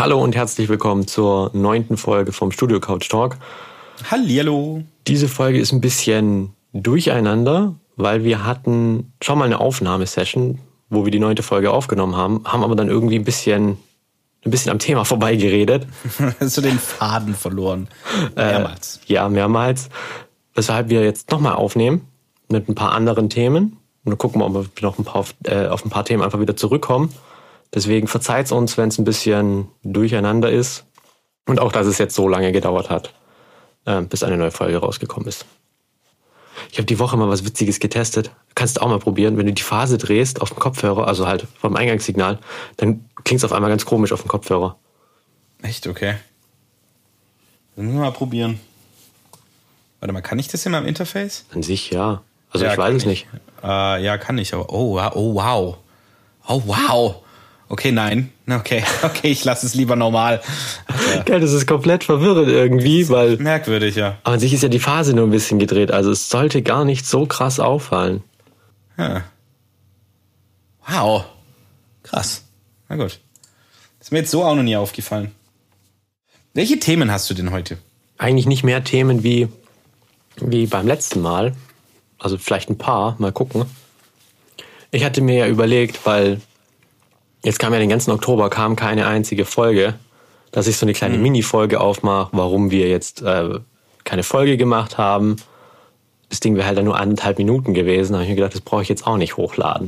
Hallo und herzlich willkommen zur 9. Folge vom Studio Couch Talk. Hallihallo. Diese Folge ist ein bisschen durcheinander, weil wir hatten schon mal eine Aufnahmesession, wo wir die 9. Folge aufgenommen haben aber dann irgendwie ein bisschen am Thema vorbeigeredet. Hast du den Faden verloren? Mehrmals. Ja, mehrmals. Weshalb wir jetzt nochmal aufnehmen mit ein paar anderen Themen. Und dann gucken wir, ob wir noch auf ein paar Themen einfach wieder zurückkommen. Deswegen verzeiht uns, wenn es ein bisschen durcheinander ist. Und auch, dass es jetzt so lange gedauert hat, bis eine neue Folge rausgekommen ist. Ich habe die Woche mal was Witziges getestet. Kannst du auch mal probieren. Wenn du die Phase drehst auf dem Kopfhörer, also halt vom Eingangssignal, dann klingt es auf einmal ganz komisch auf dem Kopfhörer. Echt? Okay. Dann müssen wir mal probieren. Warte mal, kann ich das in meinem Interface? An sich, ja. Also ja, ich weiß es nicht. Ja, kann ich, aber oh wow. Oh wow. Okay, nein. Okay, ich lasse es lieber normal. Geil, das ist komplett verwirrend irgendwie, weil... Merkwürdig, ja. Aber an sich ist ja die Phase nur ein bisschen gedreht, also es sollte gar nicht so krass auffallen. Ja. Wow. Krass. Na gut. Das ist mir jetzt so auch noch nie aufgefallen. Welche Themen hast du denn heute? Eigentlich nicht mehr Themen wie beim letzten Mal. Also vielleicht ein paar, mal gucken. Ich hatte mir ja überlegt, weil jetzt kam ja den ganzen Oktober, kam keine einzige Folge, dass ich so eine kleine Mini-Folge aufmache, warum wir jetzt keine Folge gemacht haben. Das Ding wäre halt dann nur 1,5 Minuten gewesen. Da habe ich mir gedacht, das brauche ich jetzt auch nicht hochladen.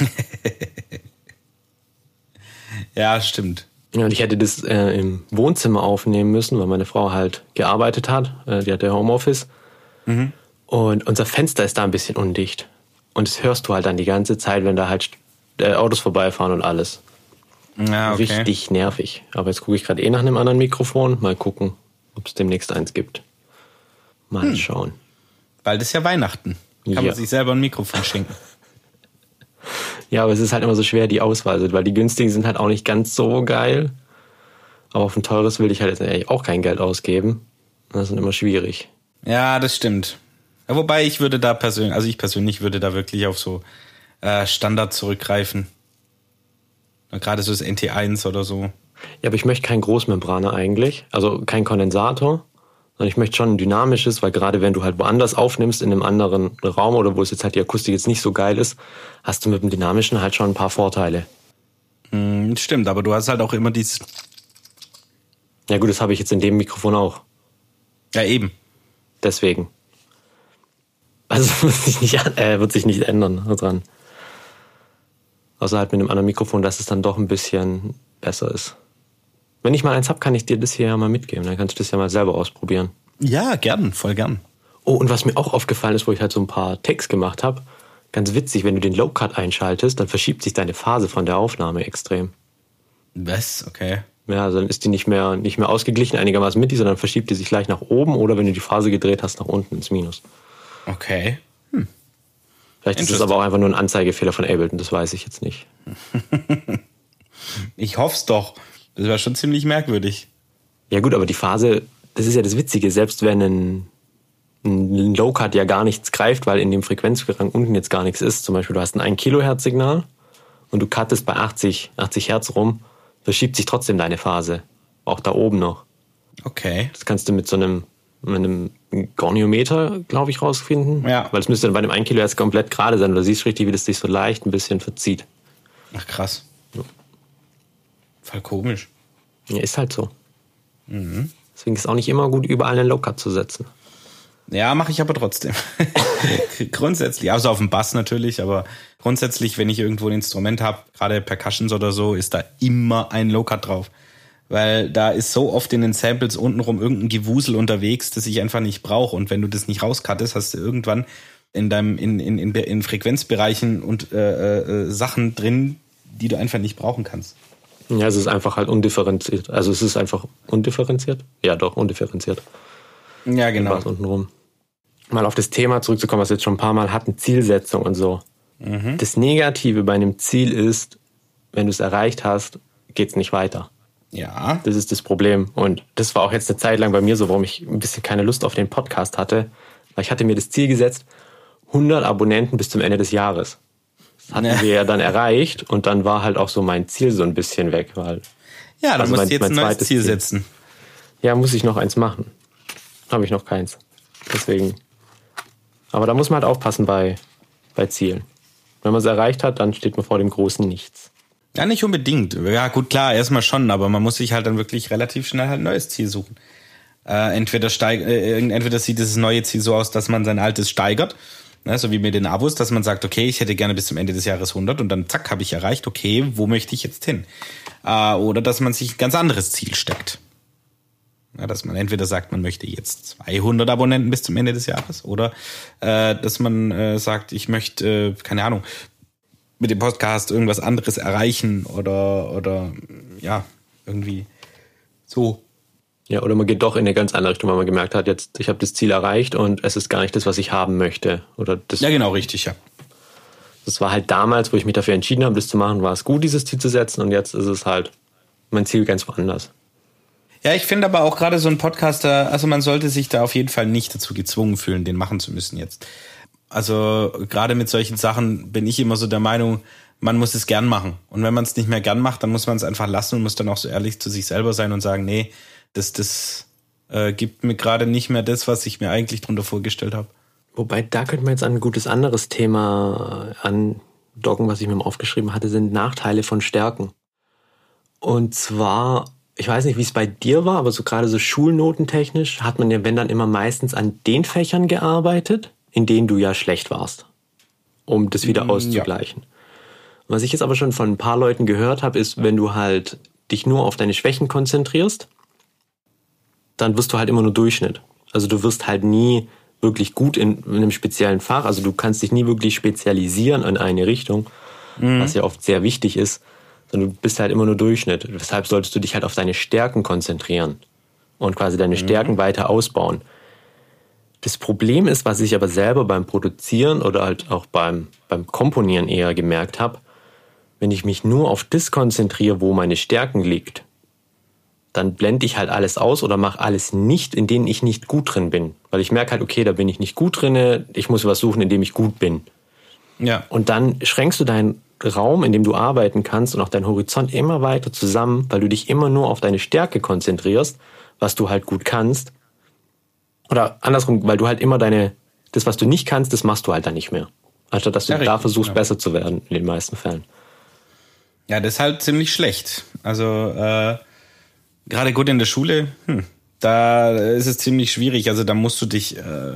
Ja, stimmt. Ja, und ich hätte das im Wohnzimmer aufnehmen müssen, weil meine Frau halt gearbeitet hat. Die hatte Homeoffice. Mhm. Und unser Fenster ist da ein bisschen undicht. Und das hörst du halt dann die ganze Zeit, wenn da halt Autos vorbeifahren und alles. Ja, okay. Richtig nervig. Aber jetzt gucke ich gerade nach einem anderen Mikrofon. Mal gucken, ob es demnächst eins gibt. Mal schauen. Bald ist ja Weihnachten. Kann man sich selber ein Mikrofon schenken. Ja, aber es ist halt immer so schwer, die Auswahl, weil die günstigen sind halt auch nicht ganz so geil. Aber auf ein teures will ich halt jetzt eigentlich auch kein Geld ausgeben. Das ist immer schwierig. Ja, das stimmt. Ja, wobei ich persönlich würde da wirklich auf so Standard zurückgreifen. Gerade so das NT1 oder so. Ja, aber ich möchte keinen Großmembraner eigentlich. Also kein Kondensator. Sondern ich möchte schon ein dynamisches, weil gerade wenn du halt woanders aufnimmst, in einem anderen Raum oder wo es jetzt halt die Akustik jetzt nicht so geil ist, hast du mit dem dynamischen halt schon ein paar Vorteile. Stimmt, aber du hast halt auch immer dieses... Ja gut, das habe ich jetzt in dem Mikrofon auch. Ja, eben. Deswegen. Also wird sich nicht ändern dran. Außer halt mit einem anderen Mikrofon, dass es dann doch ein bisschen besser ist. Wenn ich mal eins habe, kann ich dir das hier ja mal mitgeben. Dann kannst du das ja mal selber ausprobieren. Ja, gern, voll gern. Oh, und was mir auch aufgefallen ist, wo ich halt so ein paar Takes gemacht habe, ganz witzig, wenn du den Low-Cut einschaltest, dann verschiebt sich deine Phase von der Aufnahme extrem. Was? Okay. Ja, also dann ist die nicht mehr ausgeglichen einigermaßen mit, sondern verschiebt die sich gleich nach oben oder wenn du die Phase gedreht hast, nach unten ins Minus. Okay. Vielleicht ist es aber auch einfach nur ein Anzeigefehler von Ableton, das weiß ich jetzt nicht. Ich hoff's doch. Das wäre schon ziemlich merkwürdig. Ja gut, aber die Phase, das ist ja das Witzige, selbst wenn ein Low-Cut ja gar nichts greift, weil in dem Frequenzbereich unten jetzt gar nichts ist. Zum Beispiel, du hast ein 1 Kilohertz-Signal und du cuttest bei 80 Hertz rum, verschiebt sich trotzdem deine Phase. Auch da oben noch. Okay. Das kannst du mit so einem Goniometer, glaube ich, rausfinden. Ja. Weil es müsste dann bei dem 1 Kilohertz komplett gerade sein. Du siehst richtig, wie das sich so leicht ein bisschen verzieht. Ach, krass. Ja. Voll komisch. Ja, ist halt so. Mhm. Deswegen ist es auch nicht immer gut, überall einen Low-Cut zu setzen. Ja, mache ich aber trotzdem. Grundsätzlich, also auf dem Bass natürlich, aber grundsätzlich, wenn ich irgendwo ein Instrument habe, gerade Percussions oder so, ist da immer ein Low-Cut drauf. Weil da ist so oft in den Samples untenrum irgendein Gewusel unterwegs, das ich einfach nicht brauche. Und wenn du das nicht rauscuttest, hast du irgendwann in Frequenzbereichen und Sachen drin, die du einfach nicht brauchen kannst. Ja, es ist einfach halt undifferenziert. Also es ist einfach undifferenziert? Ja, doch, undifferenziert. Ja, genau. Was untenrum. Mal auf das Thema zurückzukommen, was wir jetzt schon ein paar Mal hatten, Zielsetzung und so. Mhm. Das Negative bei einem Ziel ist, wenn du es erreicht hast, geht's nicht weiter. Ja. Das ist das Problem. Und das war auch jetzt eine Zeit lang bei mir so, warum ich ein bisschen keine Lust auf den Podcast hatte. Weil ich hatte mir das Ziel gesetzt, 100 Abonnenten bis zum Ende des Jahres. Das hatten wir ja dann erreicht und dann war halt auch so mein Ziel so ein bisschen weg, weil Ja, dann Also musst du jetzt ein neues zweites Ziel setzen. Ja, muss ich noch eins machen. Habe ich noch keins. Deswegen. Aber da muss man halt aufpassen bei Zielen. Wenn man es erreicht hat, dann steht man vor dem großen Nichts. Ja, nicht unbedingt. Ja, gut, klar, erstmal schon, aber man muss sich halt dann wirklich relativ schnell halt ein neues Ziel suchen. Entweder sieht dieses neue Ziel so aus, dass man sein altes steigert, ne, so wie mit den Abos, dass man sagt, okay, ich hätte gerne bis zum Ende des Jahres 100 und dann zack, habe ich erreicht, okay, wo möchte ich jetzt hin? Oder dass man sich ein ganz anderes Ziel steckt. Ja, dass man entweder sagt, man möchte jetzt 200 Abonnenten bis zum Ende des Jahres oder dass man sagt, ich möchte, keine Ahnung, mit dem Podcast irgendwas anderes erreichen oder ja, irgendwie so. Ja, oder man geht doch in eine ganz andere Richtung, weil man gemerkt hat, jetzt, ich habe das Ziel erreicht und es ist gar nicht das, was ich haben möchte. Oder das, ja, genau, richtig, ja. Das war halt damals, wo ich mich dafür entschieden habe, das zu machen, war es gut, dieses Ziel zu setzen und jetzt ist es halt mein Ziel ganz woanders. Ja, ich finde aber auch gerade so ein Podcaster, also man sollte sich da auf jeden Fall nicht dazu gezwungen fühlen, den machen zu müssen jetzt. Also gerade mit solchen Sachen bin ich immer so der Meinung, man muss es gern machen. Und wenn man es nicht mehr gern macht, dann muss man es einfach lassen und muss dann auch so ehrlich zu sich selber sein und sagen, nee, das gibt mir gerade nicht mehr das, was ich mir eigentlich drunter vorgestellt habe. Wobei, da könnte man jetzt an ein gutes anderes Thema andocken, was ich mir aufgeschrieben hatte, sind Nachteile von Stärken. Und zwar, ich weiß nicht, wie es bei dir war, aber so gerade so schulnotentechnisch hat man ja, wenn dann immer meistens an den Fächern gearbeitet, in denen du ja schlecht warst, um das wieder auszugleichen. Ja. Was ich jetzt aber schon von ein paar Leuten gehört habe, ist, wenn du halt dich nur auf deine Schwächen konzentrierst, dann wirst du halt immer nur Durchschnitt. Also du wirst halt nie wirklich gut in einem speziellen Fach. Also du kannst dich nie wirklich spezialisieren in eine Richtung, was ja oft sehr wichtig ist, sondern du bist halt immer nur Durchschnitt. Deshalb solltest du dich halt auf deine Stärken konzentrieren und quasi deine Stärken weiter ausbauen. Das Problem ist, was ich aber selber beim Produzieren oder halt auch beim Komponieren eher gemerkt habe, wenn ich mich nur auf das konzentriere, wo meine Stärken liegt, dann blende ich halt alles aus oder mache alles nicht, in denen ich nicht gut drin bin. Weil ich merke halt, okay, da bin ich nicht gut drin, ich muss was suchen, in dem ich gut bin. Ja. Und dann schränkst du deinen Raum, in dem du arbeiten kannst und auch deinen Horizont immer weiter zusammen, weil du dich immer nur auf deine Stärke konzentrierst, was du halt gut kannst. Oder andersrum, weil du halt immer das, was du nicht kannst, das machst du halt dann nicht mehr. Anstatt dass du da versuchst, besser zu werden, in den meisten Fällen. Ja, das ist halt ziemlich schlecht. Also, gerade gut in der Schule, da ist es ziemlich schwierig. Also da musst du dich,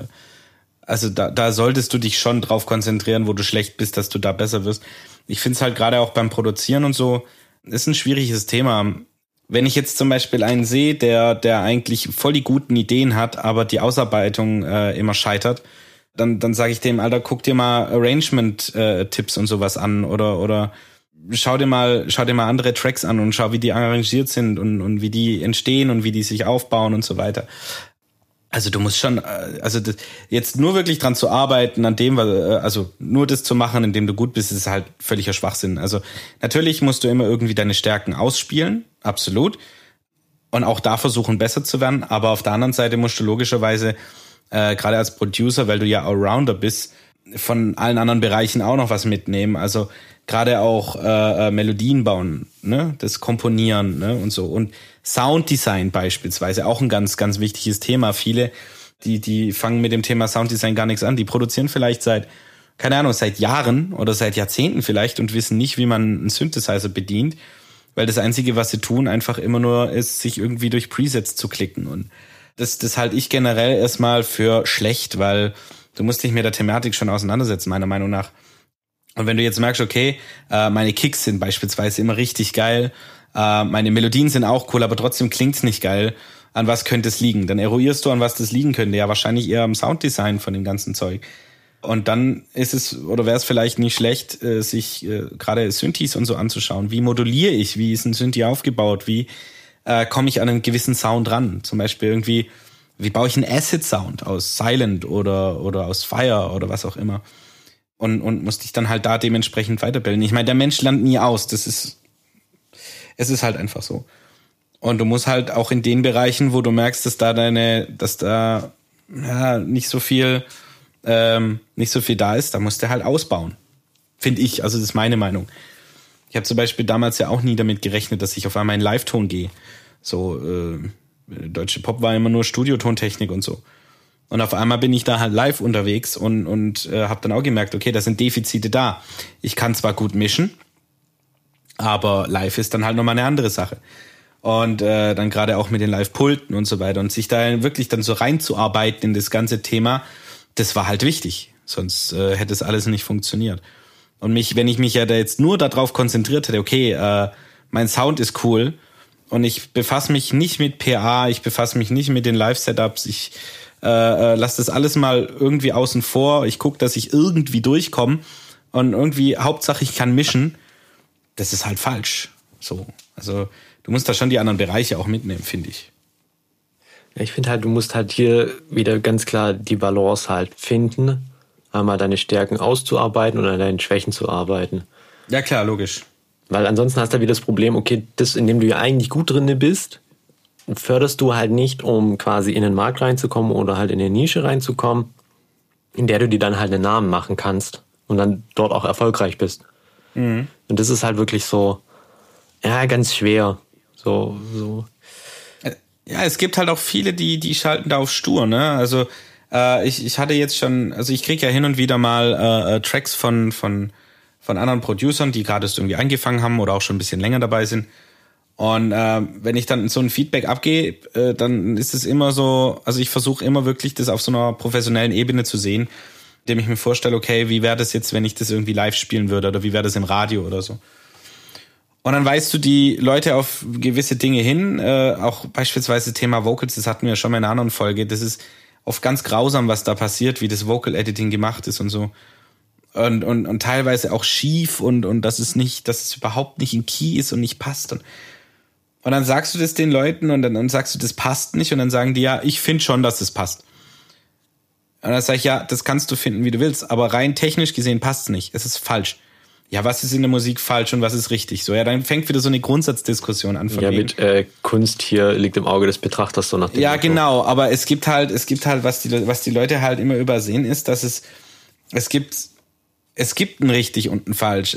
da solltest du dich schon drauf konzentrieren, wo du schlecht bist, dass du da besser wirst. Ich finde es halt gerade auch beim Produzieren und so, ist ein schwieriges Thema. Wenn ich jetzt zum Beispiel einen sehe, der eigentlich voll die guten Ideen hat, aber die Ausarbeitung immer scheitert, dann sage ich dem, Alter, guck dir mal Arrangement-Tipps und sowas an oder schau dir mal andere Tracks an und schau, wie die arrangiert sind und wie die entstehen und wie die sich aufbauen und so weiter. Also du musst schon, jetzt nur wirklich dran zu arbeiten, an dem, also nur das zu machen, in dem du gut bist, ist halt völliger Schwachsinn. Also natürlich musst du immer irgendwie deine Stärken ausspielen, absolut. Und auch da versuchen, besser zu werden. Aber auf der anderen Seite musst du logischerweise, gerade als Producer, weil du ja Allrounder bist, von allen anderen Bereichen auch noch was mitnehmen. Also gerade auch Melodien bauen, ne, das Komponieren, ne, und so. Und Sounddesign beispielsweise, auch ein ganz, ganz wichtiges Thema. Viele, die fangen mit dem Thema Sounddesign gar nichts an. Die produzieren vielleicht seit Jahren oder seit Jahrzehnten vielleicht und wissen nicht, wie man einen Synthesizer bedient, weil das Einzige, was sie tun, einfach immer nur ist, sich irgendwie durch Presets zu klicken. Und das halte ich generell erstmal für schlecht, weil du musst dich mit der Thematik schon auseinandersetzen, meiner Meinung nach. Und wenn du jetzt merkst, okay, meine Kicks sind beispielsweise immer richtig geil, meine Melodien sind auch cool, aber trotzdem klingt's nicht geil, an was könnte es liegen? Dann eruierst du, an was das liegen könnte. Ja, wahrscheinlich eher am Sounddesign von dem ganzen Zeug. Und dann ist es, oder wäre es vielleicht nicht schlecht, sich gerade Synthes und so anzuschauen. Wie moduliere ich? Wie ist ein Synthi aufgebaut? Wie komme ich an einen gewissen Sound ran? Zum Beispiel irgendwie, wie baue ich einen Acid-Sound aus Silent oder aus Fire oder was auch immer? Und muss dich dann halt da dementsprechend weiterbilden. Ich meine, der Mensch lernt nie aus. Es ist halt einfach so. Und du musst halt auch in den Bereichen, wo du merkst, dass da nicht so viel da ist, da musst du halt ausbauen. Finde ich, also das ist meine Meinung. Ich habe zum Beispiel damals ja auch nie damit gerechnet, dass ich auf einmal in Live-Ton gehe. So, deutsche Pop war immer nur Studiotontechnik und so. Und auf einmal bin ich da halt live unterwegs und habe dann auch gemerkt, okay, da sind Defizite da. Ich kann zwar gut mischen, aber live ist dann halt nochmal eine andere Sache. Und dann gerade auch mit den Live-Pulten und so weiter. Und sich da wirklich dann so reinzuarbeiten in das ganze Thema, das war halt wichtig. Sonst hätte es alles nicht funktioniert. Und wenn ich mich ja da jetzt nur darauf konzentriert hätte, okay, mein Sound ist cool und ich befasse mich nicht mit PA, ich befasse mich nicht mit den Live-Setups, ich lasse das alles mal irgendwie außen vor, ich gucke, dass ich irgendwie durchkomme und irgendwie, Hauptsache ich kann mischen, das ist halt falsch. So, also du musst da schon die anderen Bereiche auch mitnehmen, finde ich. Ja, ich finde halt, du musst halt hier wieder ganz klar die Balance halt finden, einmal deine Stärken auszuarbeiten und an deinen Schwächen zu arbeiten. Ja klar, logisch. Weil ansonsten hast du wieder das Problem, okay, das, in dem du ja eigentlich gut drin bist, förderst du halt nicht, um quasi in den Markt reinzukommen oder halt in eine Nische reinzukommen, in der du dir dann halt einen Namen machen kannst und dann dort auch erfolgreich bist. Mhm. Und das ist halt wirklich so, ja, ganz schwer. So. Ja, es gibt halt auch viele, die schalten da auf stur, ne? Also ich hatte jetzt schon, also ich kriege ja hin und wieder mal Tracks von anderen Producern, die gerade irgendwie angefangen haben oder auch schon ein bisschen länger dabei sind. Und wenn ich dann so ein Feedback abgebe, dann ist es immer so, also ich versuche immer wirklich das auf so einer professionellen Ebene zu sehen, indem ich mir vorstelle, okay, wie wäre das jetzt, wenn ich das irgendwie live spielen würde oder wie wäre das im Radio oder so. Und dann weist du die Leute auf gewisse Dinge hin, auch beispielsweise Thema Vocals, das hatten wir ja schon mal in einer anderen Folge, das ist oft ganz grausam, was da passiert, wie das Vocal Editing gemacht ist und so. Und teilweise auch schief und dass es überhaupt nicht in Key ist und nicht passt. Und dann sagst du das den Leuten und dann sagst du, das passt nicht und dann sagen die, ja, ich finde schon, dass es passt. Und dann sage ich, ja, das kannst du finden, wie du willst, aber rein technisch gesehen passt es nicht. Es ist falsch. Ja, was ist in der Musik falsch und was ist richtig? So, ja, dann fängt wieder so eine Grundsatzdiskussion an. Ja, mit Kunst hier liegt im Auge des Betrachters so nach dem Ja, Motto. Genau, aber es gibt halt, was die Leute halt immer übersehen, ist, dass es gibt ein richtig und ein falsch.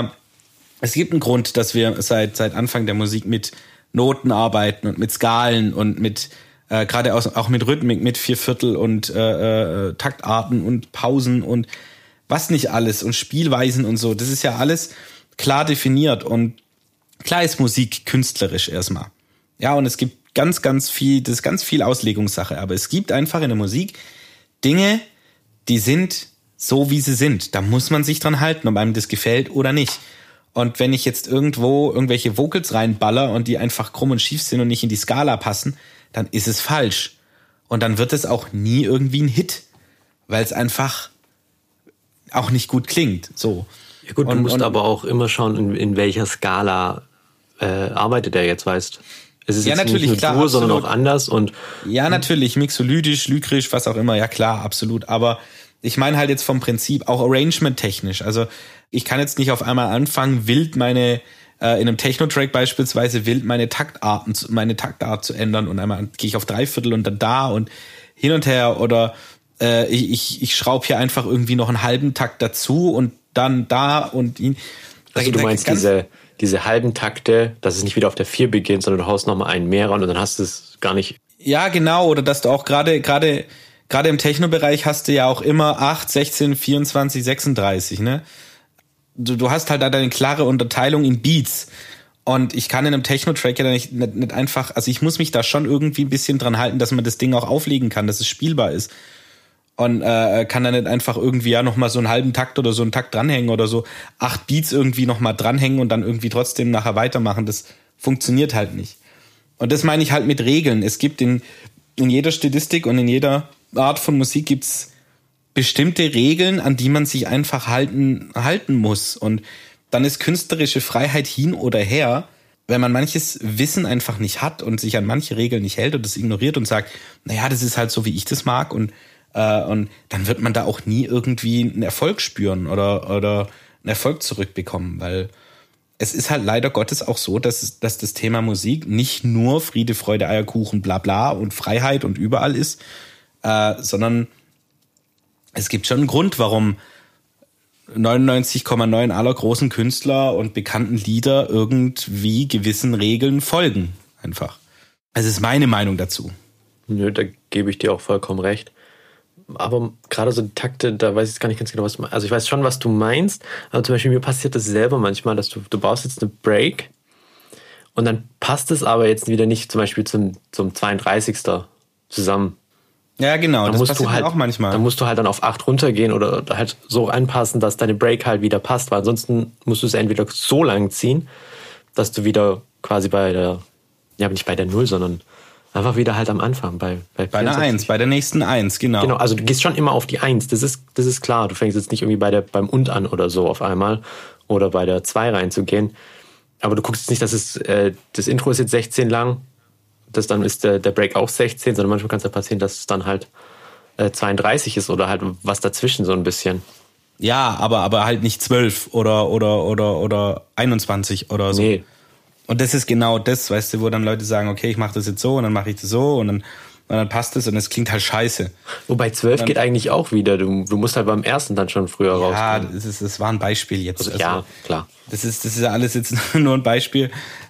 Es gibt einen Grund, dass wir seit Anfang der Musik mit Noten arbeiten und mit Skalen und mit gerade auch mit Rhythmik, mit Vierviertel und Taktarten und Pausen und was nicht alles und Spielweisen und so. Das ist ja alles klar definiert und klar ist Musik künstlerisch erstmal. Ja, und es gibt ganz, ganz viel, das ist ganz viel Auslegungssache, aber es gibt einfach in der Musik Dinge, die sind so, wie sie sind. Da muss man sich dran halten, ob einem das gefällt oder nicht. Und wenn ich jetzt irgendwo irgendwelche Vocals reinballer und die einfach krumm und schief sind und nicht in die Skala passen, dann ist es falsch. Und dann wird es auch nie irgendwie ein Hit, weil es einfach auch nicht gut klingt. So. Ja gut, du musst aber auch immer schauen, in welcher Skala arbeitet er jetzt, weißt. Es ist ja, jetzt natürlich, nicht nur klar, Dur, sondern auch anders. Und ja, natürlich, mixolydisch, lyrisch, was auch immer, ja klar, absolut. Aber ich meine halt jetzt vom Prinzip auch arrangement-technisch. Also ich kann jetzt nicht auf einmal anfangen, wild in einem Techno-Track beispielsweise wild meine Taktart zu ändern und einmal gehe ich auf Dreiviertel und dann da und hin und her oder ich schraube hier einfach irgendwie noch einen halben Takt dazu und dann da und ihn. Also du meinst diese halben Takte, dass es nicht wieder auf der 4 beginnt, sondern du haust nochmal einen mehr ran und dann hast du es gar nicht. Ja, genau, oder dass du auch gerade im Techno-Bereich hast du ja auch immer 8, 16, 24, 36, ne? Du hast halt da deine klare Unterteilung in Beats. Und ich kann in einem Techno-Track ja nicht einfach, also ich muss mich da schon irgendwie ein bisschen dran halten, dass man das Ding auch auflegen kann, dass es spielbar ist. Und kann da nicht einfach irgendwie ja nochmal so einen halben Takt oder so einen Takt dranhängen oder so 8 Beats irgendwie nochmal dranhängen und dann irgendwie trotzdem nachher weitermachen. Das funktioniert halt nicht. Und das meine ich halt mit Regeln. Es gibt in jeder Stilistik und in jeder Art von Musik gibt's bestimmte Regeln, an die man sich einfach halten muss. Und dann ist künstlerische Freiheit hin oder her, wenn man manches Wissen einfach nicht hat und sich an manche Regeln nicht hält und das ignoriert und sagt, naja, das ist halt so, wie ich das mag und dann wird man da auch nie irgendwie einen Erfolg spüren oder einen Erfolg zurückbekommen, weil es ist halt leider Gottes auch so, dass das Thema Musik nicht nur Friede, Freude, Eierkuchen, bla bla und Freiheit und überall ist, sondern es gibt schon einen Grund, warum 99,9 aller großen Künstler und bekannten Lieder irgendwie gewissen Regeln folgen. Einfach. Das ist meine Meinung dazu. Nö, da gebe ich dir auch vollkommen recht. Aber gerade so die Takte, da weiß ich jetzt gar nicht ganz genau, was du meinst. Also ich weiß schon, was du meinst, aber zum Beispiel mir passiert das selber manchmal, dass du baust jetzt eine Break und dann passt es aber jetzt wieder nicht zum Beispiel zum 32. zusammen. Ja, genau, dann das musst passiert du halt auch manchmal. Dann musst du halt dann auf 8 runtergehen oder halt so anpassen, dass deine Break halt wieder passt, weil ansonsten musst du es entweder so lang ziehen, dass du wieder quasi nicht bei der 0, sondern einfach wieder halt am Anfang bei einer 1, bei der nächsten 1, genau. Genau, also du gehst schon immer auf die 1, das ist klar. Du fängst jetzt nicht irgendwie beim Und an oder so auf einmal oder bei der 2 reinzugehen. Aber du guckst jetzt nicht, dass das Intro ist jetzt 16 lang, dann ist der Break auch 16, sondern manchmal kann es ja passieren, dass es dann halt 32 ist oder halt was dazwischen so ein bisschen. Ja, aber halt nicht 12 oder 21 oder so. Nee. Und das ist genau das, weißt du, wo dann Leute sagen, okay, ich mache das jetzt so und dann mache ich das so und dann passt es und es klingt halt scheiße. Wobei 12 geht eigentlich auch wieder. Du musst halt beim ersten dann schon früher raus. Ja, das war ein Beispiel jetzt. Also, ja, klar. Das ist ja alles jetzt nur ein Beispiel,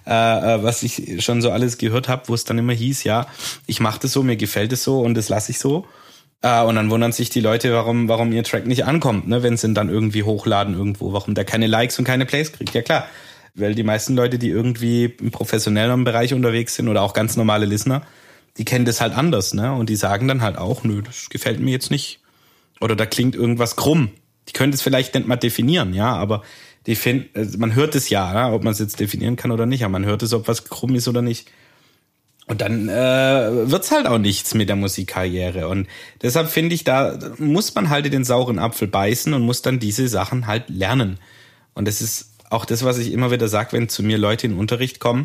was ich schon so alles gehört habe, wo es dann immer hieß, ja, ich mache das so, mir gefällt es so und das lasse ich so. Und dann wundern sich die Leute, warum ihr Track nicht ankommt, ne, wenn sie ihn dann irgendwie hochladen irgendwo, warum der keine Likes und keine Plays kriegt. Ja klar, weil die meisten Leute, die irgendwie im professionellen Bereich unterwegs sind oder auch ganz normale Listener, die kennen das halt anders, ne? Und die sagen dann halt auch, nö, das gefällt mir jetzt nicht. Oder da klingt irgendwas krumm. Die können das vielleicht nicht mal definieren, ja, aber man hört es ja, ne? Ob man es jetzt definieren kann oder nicht, aber man hört es, ob was krumm ist oder nicht. Und dann wird's halt auch nichts mit der Musikkarriere. Und deshalb finde ich, da muss man halt in den sauren Apfel beißen und muss dann diese Sachen halt lernen. Und das ist auch das, was ich immer wieder sage, wenn zu mir Leute in den Unterricht kommen,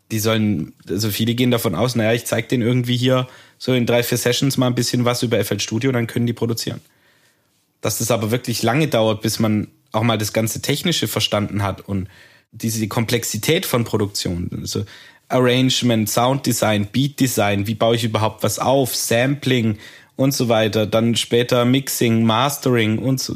also viele gehen davon aus, naja, ich zeige denen irgendwie hier so in 3-4 Sessions mal ein bisschen was über FL Studio, dann können die produzieren. Dass das aber wirklich lange dauert, bis man auch mal das ganze Technische verstanden hat und diese Komplexität von Produktion, also Arrangement, Sounddesign, Beatdesign, wie baue ich überhaupt was auf, Sampling und so weiter, dann später Mixing, Mastering und so,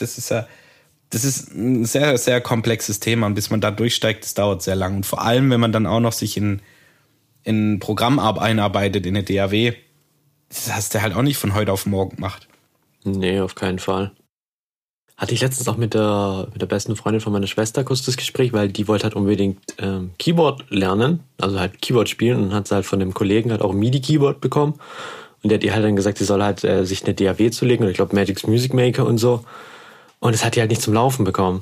das ist ein sehr, sehr komplexes Thema und bis man da durchsteigt, das dauert sehr lang. Und vor allem, wenn man dann auch noch sich in ein Programm einarbeitet, in eine DAW, das hast du halt auch nicht von heute auf morgen gemacht. Nee, auf keinen Fall. Hatte ich letztens auch mit der besten Freundin von meiner Schwester kurz das Gespräch, weil die wollte halt unbedingt Keyboard lernen, also halt Keyboard spielen und hat sie halt von dem Kollegen halt auch ein MIDI-Keyboard bekommen. Und der hat ihr halt dann gesagt, sie soll halt sich eine DAW zulegen oder ich glaube Magic's Music Maker und so. Und das hat die halt nicht zum Laufen bekommen.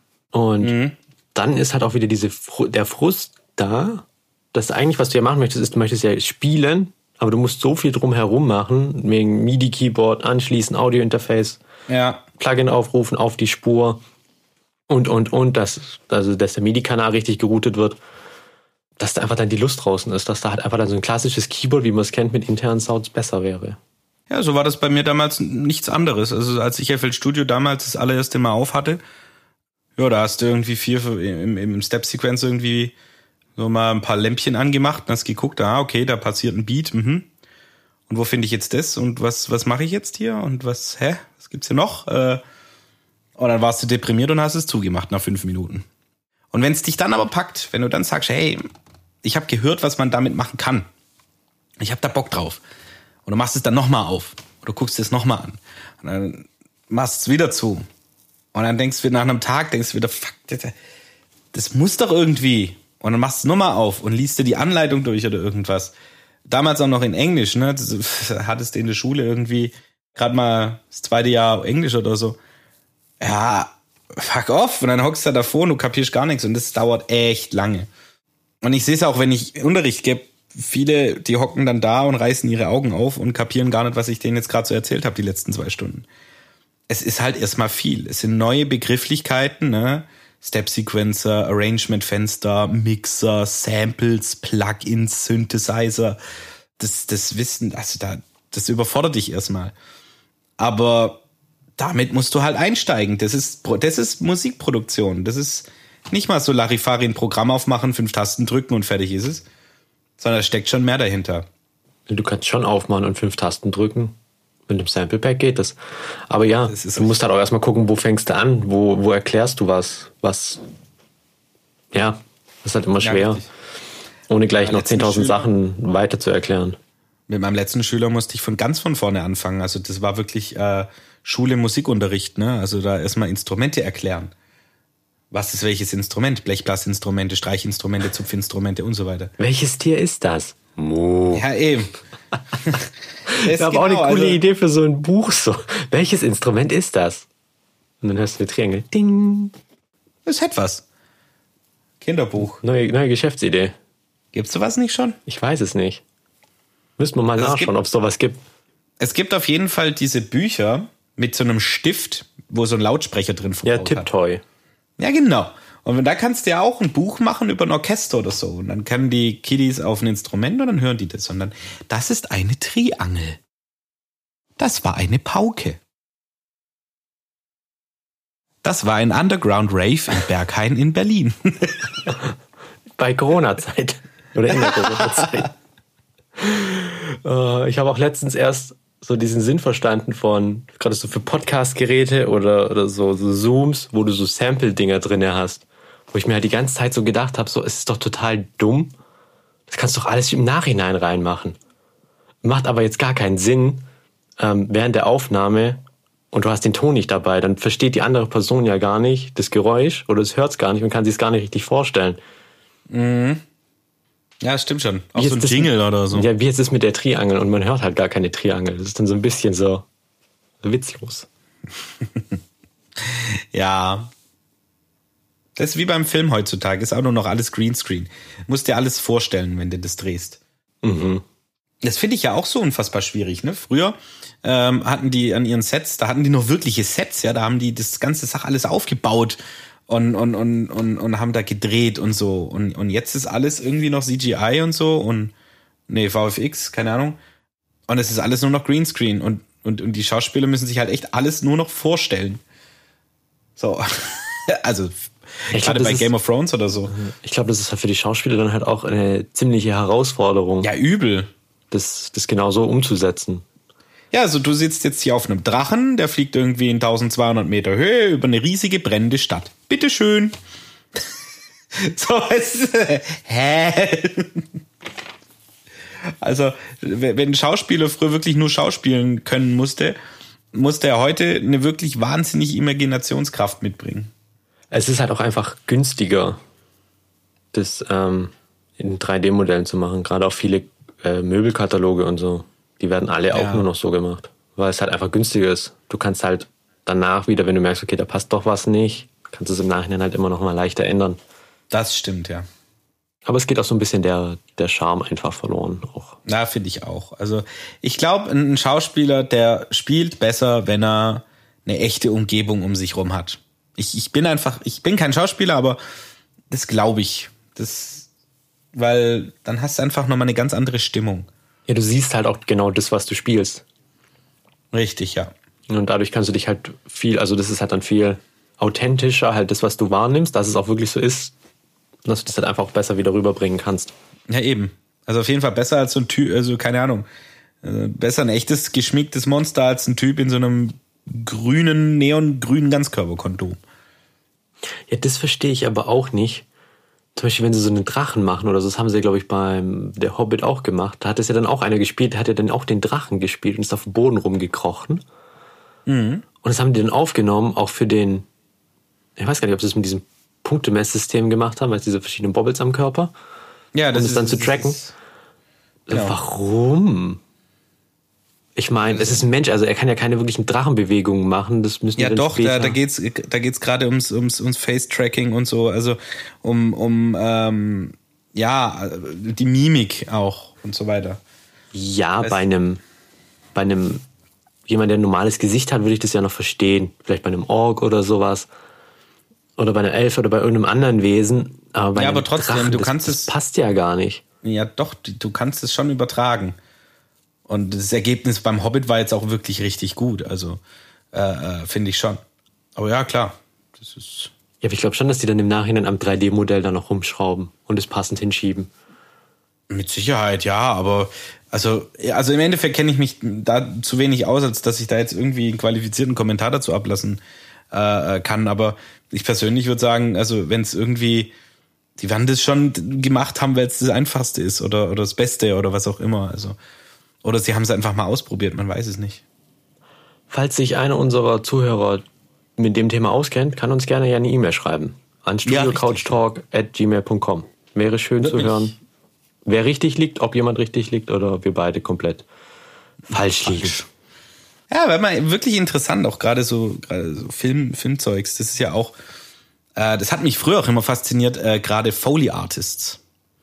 Und dann ist halt auch wieder der Frust da, dass eigentlich, was du ja machen möchtest, ist, du möchtest ja spielen, aber du musst so viel drumherum machen, wegen MIDI-Keyboard, anschließen, Audio-Interface, ja. Plugin aufrufen auf die Spur und, dass der MIDI-Kanal richtig geroutet wird, dass da einfach dann die Lust draußen ist, dass da halt einfach dann so ein klassisches Keyboard, wie man es kennt, mit internen Sounds besser wäre. Ja, so war das bei mir damals nichts anderes. Also als ich FL Studio damals das allererste Mal auf hatte, ja, da hast du irgendwie im Step-Sequenz irgendwie so mal ein paar Lämpchen angemacht und hast geguckt, okay, da passiert ein Beat, Und wo finde ich jetzt das? Und was mache ich jetzt hier? Und was gibt's hier noch? Und dann warst du deprimiert und hast es zugemacht nach 5 Minuten. Und wenn es dich dann aber packt, wenn du dann sagst, hey, ich habe gehört, was man damit machen kann. Ich habe da Bock drauf. Und du machst es dann nochmal auf. Oder guckst es nochmal an. Und dann machst es wieder zu. Und dann denkst du nach einem Tag, wieder, fuck, das muss doch irgendwie. Und dann machst du es nochmal auf und liest dir die Anleitung durch oder irgendwas. Damals auch noch in Englisch, ne? Du hattest in der Schule irgendwie gerade mal das 2. Jahr Englisch oder so. Ja, fuck off. Und dann hockst du da davor und du kapierst gar nichts. Und das dauert echt lange. Und ich sehe es auch, wenn ich Unterricht gebe, viele, die hocken dann da und reißen ihre Augen auf und kapieren gar nicht, was ich denen jetzt gerade so erzählt habe, die letzten 2 Stunden. Es ist halt erstmal viel. Es sind neue Begrifflichkeiten, ne? Step-Sequencer, Arrangement-Fenster, Mixer, Samples, Plugins, Synthesizer. Das Wissen, also das überfordert dich erstmal. Aber damit musst du halt einsteigen. Das ist Musikproduktion. Das ist nicht mal so Larifari ein Programm aufmachen, 5 Tasten drücken und fertig ist es. Sondern da steckt schon mehr dahinter. Du kannst schon aufmachen und 5 Tasten drücken Mit dem Sample Pack geht das. Aber ja, Das du musst halt auch erstmal gucken, wo fängst du an, wo erklärst du was. Ja, das ist halt immer schwer. richtig. Ohne gleich noch 10.000 Schüler- Sachen weiter zu erklären. Mit meinem letzten Schüler musste ich von vorne anfangen. Also das war wirklich Schule, Musikunterricht, ne? Also da erstmal Instrumente erklären. Was ist welches Instrument? Blechblasinstrumente, Streichinstrumente, Zupfinstrumente und so weiter. Welches Tier ist das? Mo. Ja, eben. Das war aber auch eine coole Idee für so ein Buch. So. Welches Instrument ist das? Und dann hörst du den Triangel. Ding. Es hätte was. Kinderbuch. Neue Geschäftsidee. Gibt's sowas nicht schon? Ich weiß es nicht. Müssen wir mal nachschauen, ob es sowas gibt. Es gibt auf jeden Fall diese Bücher mit so einem Stift, wo so ein Lautsprecher drin Ja, verbaut hat. Tiptoy. Ja, genau. Und da kannst du ja auch ein Buch machen über ein Orchester oder so. Und dann können die Kiddies auf ein Instrument und dann hören die das. Und dann, das ist eine Triangel. Das war eine Pauke. Das war ein Underground-Rave in Berghain in Berlin. Bei Corona-Zeit. Oder in der Corona-Zeit. Ich habe auch letztens erst so diesen Sinn verstanden von, gerade so für Podcast-Geräte oder so Zooms, wo du so Sample-Dinger drin hast. Wo ich mir halt die ganze Zeit so gedacht habe, so, es ist doch total dumm. Das kannst du doch alles im Nachhinein reinmachen. Macht aber jetzt gar keinen Sinn, während der Aufnahme und du hast den Ton nicht dabei, dann versteht die andere Person ja gar nicht das Geräusch oder es hört es gar nicht und kann sich es gar nicht richtig vorstellen. Mhm. Ja, stimmt schon. Auch so ein Jingle oder so. Ja, wie jetzt ist mit der Triangel und man hört halt gar keine Triangel. Das ist dann so ein bisschen so witzlos. Ja. Das ist wie beim Film heutzutage. Ist auch nur noch alles Greenscreen. Musst dir alles vorstellen, wenn du das drehst. Mhm. Das finde ich ja auch so unfassbar schwierig. Ne? Früher hatten die an ihren Sets, da hatten die noch wirkliche Sets, ja, da haben die das ganze Sache alles aufgebaut und haben da gedreht und so. Und jetzt ist alles irgendwie noch CGI und so und VFX, keine Ahnung. Und es ist alles nur noch Greenscreen und die Schauspieler müssen sich halt echt alles nur noch vorstellen. So. Also gerade bei Game of Thrones oder so. Ich glaube, das ist halt für die Schauspieler dann halt auch eine ziemliche Herausforderung. Ja, übel. Das genau so umzusetzen. Ja, also du sitzt jetzt hier auf einem Drachen, der fliegt irgendwie in 1200 Meter Höhe über eine riesige brennende Stadt. Bitteschön. So, hä? Also, wenn ein Schauspieler früher wirklich nur schauspielen können musste er heute eine wirklich wahnsinnige Imaginationskraft mitbringen. Es ist halt auch einfach günstiger, das in 3D-Modellen zu machen. Gerade auch viele Möbelkataloge und so. Die werden alle auch nur noch so gemacht. Weil es halt einfach günstiger ist. Du kannst halt danach wieder, wenn du merkst, okay, da passt doch was nicht, kannst du es im Nachhinein halt immer noch mal leichter ändern. Das stimmt, ja. Aber es geht auch so ein bisschen der Charme einfach verloren. Auch. Ja, finde ich auch. Also ich glaube, ein Schauspieler, der spielt besser, wenn er eine echte Umgebung um sich rum hat. Ich bin kein Schauspieler, aber das glaube ich. Weil dann hast du einfach nochmal eine ganz andere Stimmung. Ja, du siehst halt auch genau das, was du spielst. Richtig, ja. Und dadurch kannst du dich halt also das ist halt dann viel authentischer, halt das, was du wahrnimmst, dass es auch wirklich so ist, dass du das halt einfach auch besser wieder rüberbringen kannst. Ja, eben. Also auf jeden Fall besser als so ein Typ, also keine Ahnung, besser ein echtes, geschminktes Monster als ein Typ in so einem neongrünen Ganzkörperkondom. Ja, das verstehe ich aber auch nicht. Zum Beispiel, wenn sie so einen Drachen machen oder so, das haben sie, glaube ich, beim Der Hobbit auch gemacht. Da hat es ja dann auch einer gespielt, der hat ja dann auch den Drachen gespielt und ist auf dem Boden rumgekrochen. Mhm. Und das haben die dann aufgenommen, auch für den, ich weiß gar nicht, ob sie es mit diesem Punktemesssystem gemacht haben, weil es diese verschiedenen Bobbles am Körper. Ja, das um es dann zu tracken. Genau. Warum? Ich meine, es ist ein Mensch, also er kann ja keine wirklichen Drachenbewegungen machen. Das müssen ja wir doch, da geht's gerade ums Face-Tracking und so, also die Mimik auch und so weiter. Ja, bei einem jemand, der ein normales Gesicht hat, würde ich das ja noch verstehen. Vielleicht bei einem Ork oder sowas. Oder bei einem Elf oder bei irgendeinem anderen Wesen. Aber trotzdem, Drachen, das passt ja gar nicht. Ja doch, du kannst es schon übertragen. Und das Ergebnis beim Hobbit war jetzt auch wirklich richtig gut. Also, finde ich schon. Aber ja, klar. Das ist. Ja, aber ich glaube schon, dass die dann im Nachhinein am 3D-Modell dann noch rumschrauben und es passend hinschieben. Mit Sicherheit, ja. Aber Also im Endeffekt kenne ich mich da zu wenig aus, als dass ich da jetzt irgendwie einen qualifizierten Kommentar dazu ablassen kann. Aber ich persönlich würde sagen, also wenn es irgendwie, die werden das schon gemacht haben, weil es das Einfachste ist oder das Beste oder was auch immer. Also, oder sie haben es einfach mal ausprobiert, man weiß es nicht. Falls sich einer unserer Zuhörer mit dem Thema auskennt, kann uns gerne eine E-Mail schreiben an studiocouchtalk@gmail.com. Wäre schön zu hören, wer richtig liegt, ob jemand richtig liegt oder wir beide komplett falsch liegen. Ja, war mal wirklich interessant, auch gerade so Filmzeugs. Das ist ja auch, das hat mich früher auch immer fasziniert, gerade Foley Artists.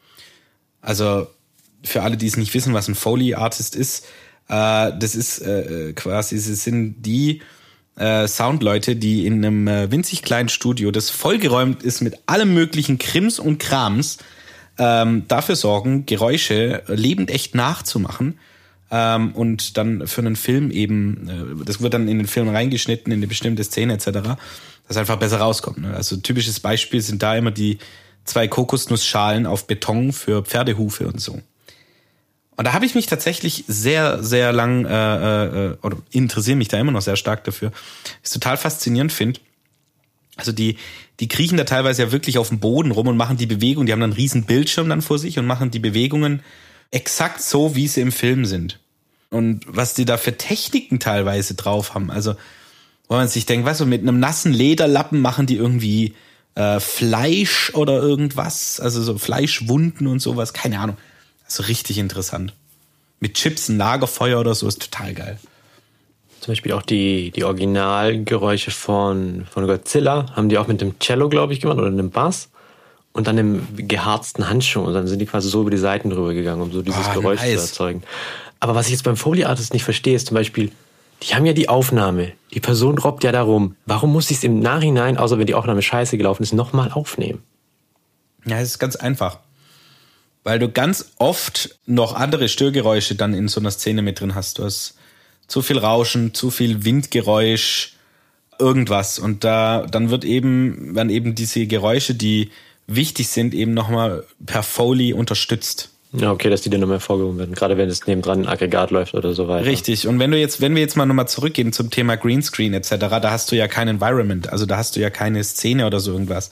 Also für alle, die es nicht wissen, was ein Foley Artist ist, das ist quasi, es sind die Soundleute, die in einem winzig kleinen Studio, das vollgeräumt ist mit allem möglichen Krims und Krams, dafür sorgen, Geräusche lebend echt nachzumachen und dann für einen Film eben, das wird dann in den Film reingeschnitten, in eine bestimmte Szene etc., dass einfach besser rauskommt. Ne? Also typisches Beispiel sind da immer die 2 Kokosnussschalen auf Beton für Pferdehufe und so. Und da habe ich mich tatsächlich sehr, sehr lang, oder interessiere mich da immer noch sehr stark dafür, was ich total faszinierend finde. Also die kriechen da teilweise ja wirklich auf dem Boden rum und machen die Bewegung, die haben dann einen riesen Bildschirm dann vor sich und machen die Bewegungen exakt so, wie sie im Film sind. Und was die da für Techniken teilweise drauf haben, also wo man sich denkt, was so mit einem nassen Lederlappen machen die irgendwie Fleisch oder irgendwas, also so Fleischwunden und sowas, keine Ahnung. Also richtig interessant. Mit Chips, ein Lagerfeuer oder so, ist total geil. Zum Beispiel auch die Originalgeräusche von Godzilla haben die auch mit dem Cello, glaube ich, gemacht oder einem Bass und dann dem geharzten Handschuh und dann sind die quasi so über die Seiten drüber gegangen, um so dieses Geräusch zu erzeugen. Aber was ich jetzt beim Foley Artist nicht verstehe, ist zum Beispiel, die haben ja die Aufnahme, die Person robbt ja darum. Warum muss ich es im Nachhinein, außer wenn die Aufnahme scheiße gelaufen ist, nochmal aufnehmen? Ja, es ist ganz einfach. Weil du ganz oft noch andere Störgeräusche dann in so einer Szene mit drin hast. Du hast zu viel Rauschen, zu viel Windgeräusch, irgendwas. Und dann werden eben diese Geräusche, die wichtig sind, eben nochmal per Foley unterstützt. Ja, okay, dass die dann nochmal hervorgehoben werden, gerade wenn es nebendran ein Aggregat läuft oder so weiter. Richtig, und wenn wir jetzt mal nochmal zurückgehen zum Thema Greenscreen etc., da hast du ja kein Environment, also da hast du ja keine Szene oder so irgendwas.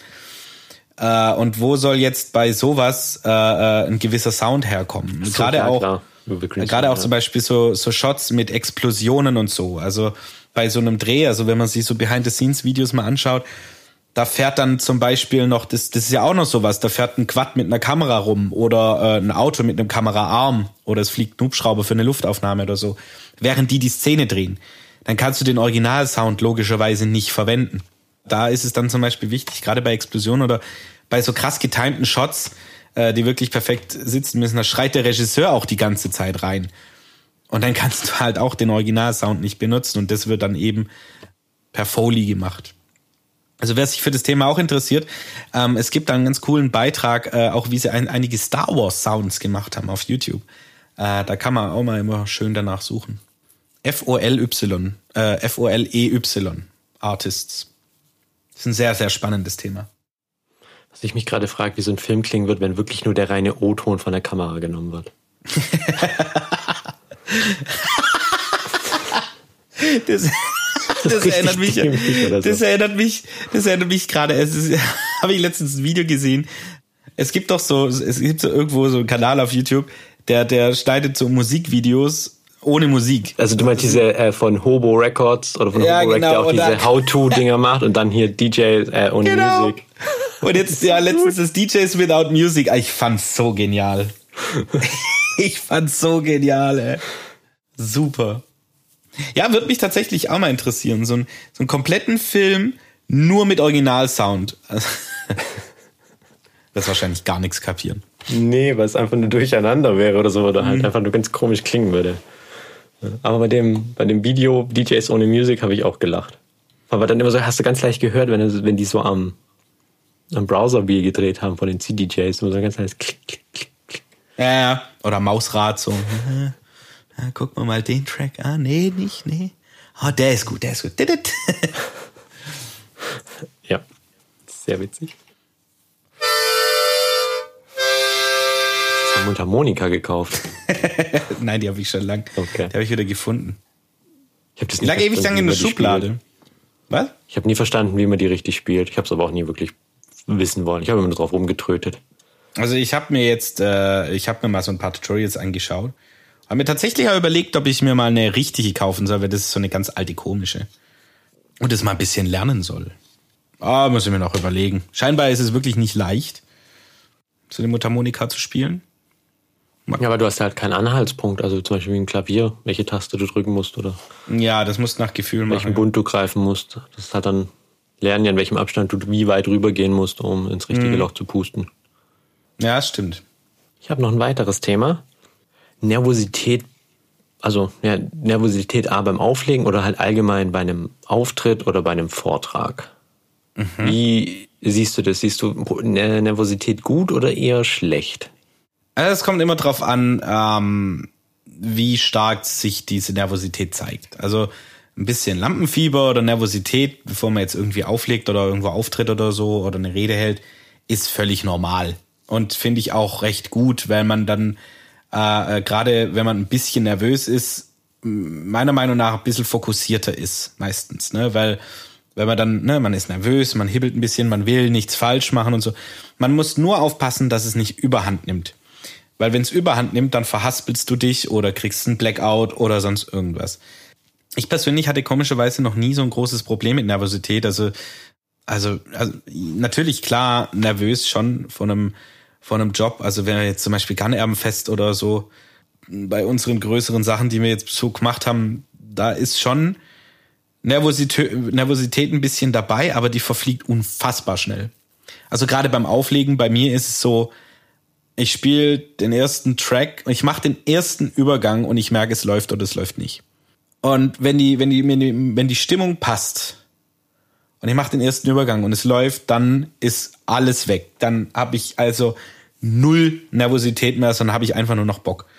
Und wo soll jetzt bei sowas ein gewisser Sound herkommen? So, gerade auch zum Beispiel so Shots mit Explosionen und so. Also bei so einem Dreh, also wenn man sich so Behind-the-Scenes-Videos mal anschaut, da fährt dann zum Beispiel noch, das ist ja auch noch sowas, da fährt ein Quad mit einer Kamera rum oder ein Auto mit einem Kameraarm oder es fliegt ein Hubschrauber für eine Luftaufnahme oder so, während die Szene drehen. Dann kannst du den Originalsound logischerweise nicht verwenden. Da ist es dann zum Beispiel wichtig, gerade bei Explosionen oder bei so krass getimten Shots, die wirklich perfekt sitzen müssen, da schreit der Regisseur auch die ganze Zeit rein. Und dann kannst du halt auch den Originalsound nicht benutzen und das wird dann eben per Foley gemacht. Also wer sich für das Thema auch interessiert, es gibt da einen ganz coolen Beitrag, auch wie sie einige Star Wars Sounds gemacht haben auf YouTube. Da kann man auch mal immer schön danach suchen. Foley, Artists. Das ist ein sehr, sehr spannendes Thema. Was ich mich gerade frage, wie so ein Film klingen wird, wenn wirklich nur der reine O-Ton von der Kamera genommen wird. Das erinnert mich gerade, habe ich letztens ein Video gesehen. Es gibt so irgendwo so einen Kanal auf YouTube, der schneidet so Musikvideos ohne Musik. Also du meinst diese von Hobo Records oder von Hobo Records, der auch diese How-To-Dinger macht und dann hier DJs ohne Musik. Und jetzt letztens das DJs without Music. Ich fand's so genial. Ey. Super. Ja, würde mich tatsächlich auch mal interessieren. So einen kompletten Film nur mit Originalsound. Das wahrscheinlich gar nichts kapieren. Nee, weil es einfach nur durcheinander wäre oder so, oder halt einfach nur ganz komisch klingen würde. Aber bei dem Video DJs ohne Musik habe ich auch gelacht. Aber dann immer so, hast du ganz leicht gehört, wenn die so am Browser-Wheel gedreht haben von den CDJs, immer so ein ganz leises Klick, Klick, Klick, Klick. Ja, oder Mausrad so. Guck mal den Track an. Nee, nicht, nee. Oh, der ist gut. Ja, sehr witzig. Mundharmonika gekauft. Nein, die habe ich schon lang. Okay. Die habe ich wieder gefunden. Ich habe das Die lag ewig lang in der Schublade. Spielt. Was? Ich habe nie verstanden, wie man die richtig spielt. Ich habe es aber auch nie wirklich wissen wollen. Ich habe immer nur drauf rumgetrötet. Also ich habe mir mal so ein paar Tutorials angeschaut. Habe mir tatsächlich auch überlegt, ob ich mir mal eine richtige kaufen soll, weil das ist so eine ganz alte komische. Und das mal ein bisschen lernen soll. Muss ich mir noch überlegen. Scheinbar ist es wirklich nicht leicht, so eine Mundharmonika zu spielen. Ja, aber du hast ja halt keinen Anhaltspunkt. Also zum Beispiel wie ein Klavier, welche Taste du drücken musst oder Ja, das musst du nach Gefühl machen. welchen Bund du greifen musst. Das ist halt dann lernen, ja, in welchem Abstand du wie weit rübergehen musst, um ins richtige Loch zu pusten. Ja, stimmt. Ich habe noch ein weiteres Thema. Nervosität, also ja, Nervosität A beim Auflegen oder halt allgemein bei einem Auftritt oder bei einem Vortrag. Wie siehst du das? Siehst du Nervosität gut oder eher schlecht? Also es kommt immer drauf an, wie stark sich diese Nervosität zeigt. Also ein bisschen Lampenfieber oder Nervosität, bevor man jetzt irgendwie auflegt oder irgendwo auftritt oder so oder eine Rede hält, ist völlig normal. Und finde ich auch recht gut, weil man dann, gerade wenn man ein bisschen nervös ist, meiner Meinung nach ein bisschen fokussierter ist, meistens, ne? Weil man dann, ne, man ist nervös, man hibbelt ein bisschen, man will nichts falsch machen und so. Man muss nur aufpassen, dass es nicht Überhand nimmt. Weil wenn es Überhand nimmt, dann verhaspelst du dich oder kriegst einen Blackout oder sonst irgendwas. Ich persönlich hatte komischerweise noch nie so ein großes Problem mit Nervosität. Also natürlich klar nervös schon von einem Job. Also wenn wir jetzt zum Beispiel Garnerbenfest oder so, bei unseren größeren Sachen, die wir jetzt so gemacht haben, da ist schon Nervosität ein bisschen dabei, aber die verfliegt unfassbar schnell. Also gerade beim Auflegen, bei mir ist es so, ich spiele den ersten Track, ich mache den ersten Übergang und ich merke, es läuft oder es läuft nicht. Und wenn die Stimmung passt und ich mache den ersten Übergang und es läuft, dann ist alles weg. Dann habe ich also null Nervosität mehr, sondern habe ich einfach nur noch Bock.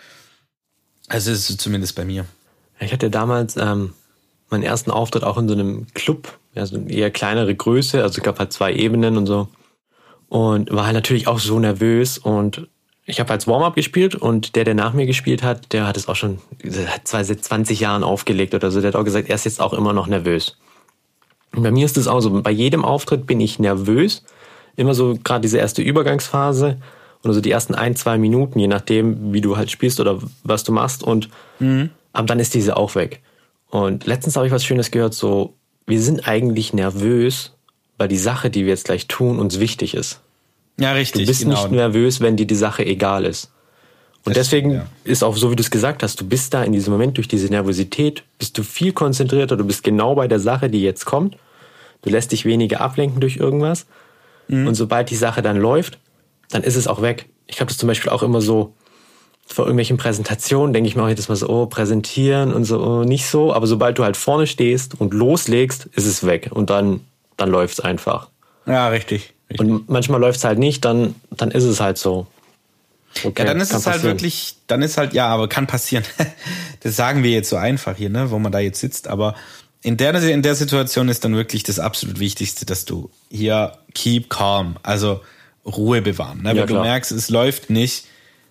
Also das ist zumindest bei mir. Ich hatte damals meinen ersten Auftritt auch in so einem Club, also eine eher kleinere Größe, also es gab halt 2 Ebenen und so. Und war halt natürlich auch so nervös und ich habe als Warm-up gespielt und der nach mir gespielt hat, der hat es auch schon seit 20 Jahren aufgelegt oder so. Der hat auch gesagt, er ist jetzt auch immer noch nervös. Und bei mir ist es auch so, bei jedem Auftritt bin ich nervös. Immer so gerade diese erste Übergangsphase oder so die ersten 1-2 Minuten, je nachdem, wie du halt spielst oder was du machst. Und ab dann ist diese auch weg. Und letztens habe ich was Schönes gehört, so, wir sind eigentlich nervös, weil die Sache, die wir jetzt gleich tun, uns wichtig ist. Ja, richtig. Du bist nicht nervös, wenn dir die Sache egal ist. Und deswegen ist auch so, wie du es gesagt hast, du bist da in diesem Moment durch diese Nervosität, bist du viel konzentrierter, du bist genau bei der Sache, die jetzt kommt. Du lässt dich weniger ablenken durch irgendwas. Und sobald die Sache dann läuft, dann ist es auch weg. Ich habe das zum Beispiel auch immer so, vor irgendwelchen Präsentationen denke ich mir auch jedes Mal so, oh, präsentieren und so, oh, nicht so. Aber sobald du halt vorne stehst und loslegst, ist es weg. Und dann läuft's einfach. Ja, richtig. Und manchmal läuft's halt nicht, dann ist es halt so. Okay, ja, dann ist es halt wirklich, aber kann passieren. Das sagen wir jetzt so einfach hier, ne, wo man da jetzt sitzt, aber in der Situation ist dann wirklich das absolut Wichtigste, dass du hier keep calm, also Ruhe bewahren. Ne? Wenn du merkst, es läuft nicht,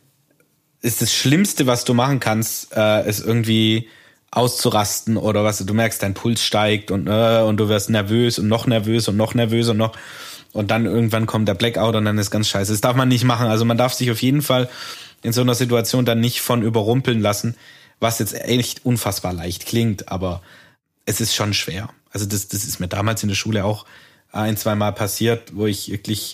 ist das Schlimmste, was du machen kannst, ist irgendwie auszurasten oder was. Du merkst, dein Puls steigt und du wirst nervös und noch nervöser und dann irgendwann kommt der Blackout und dann ist ganz scheiße. Das darf man nicht machen. Also man darf sich auf jeden Fall in so einer Situation dann nicht von überrumpeln lassen, was jetzt echt unfassbar leicht klingt, aber es ist schon schwer. Also das ist mir damals in der Schule auch 1-2 Mal passiert, wo ich wirklich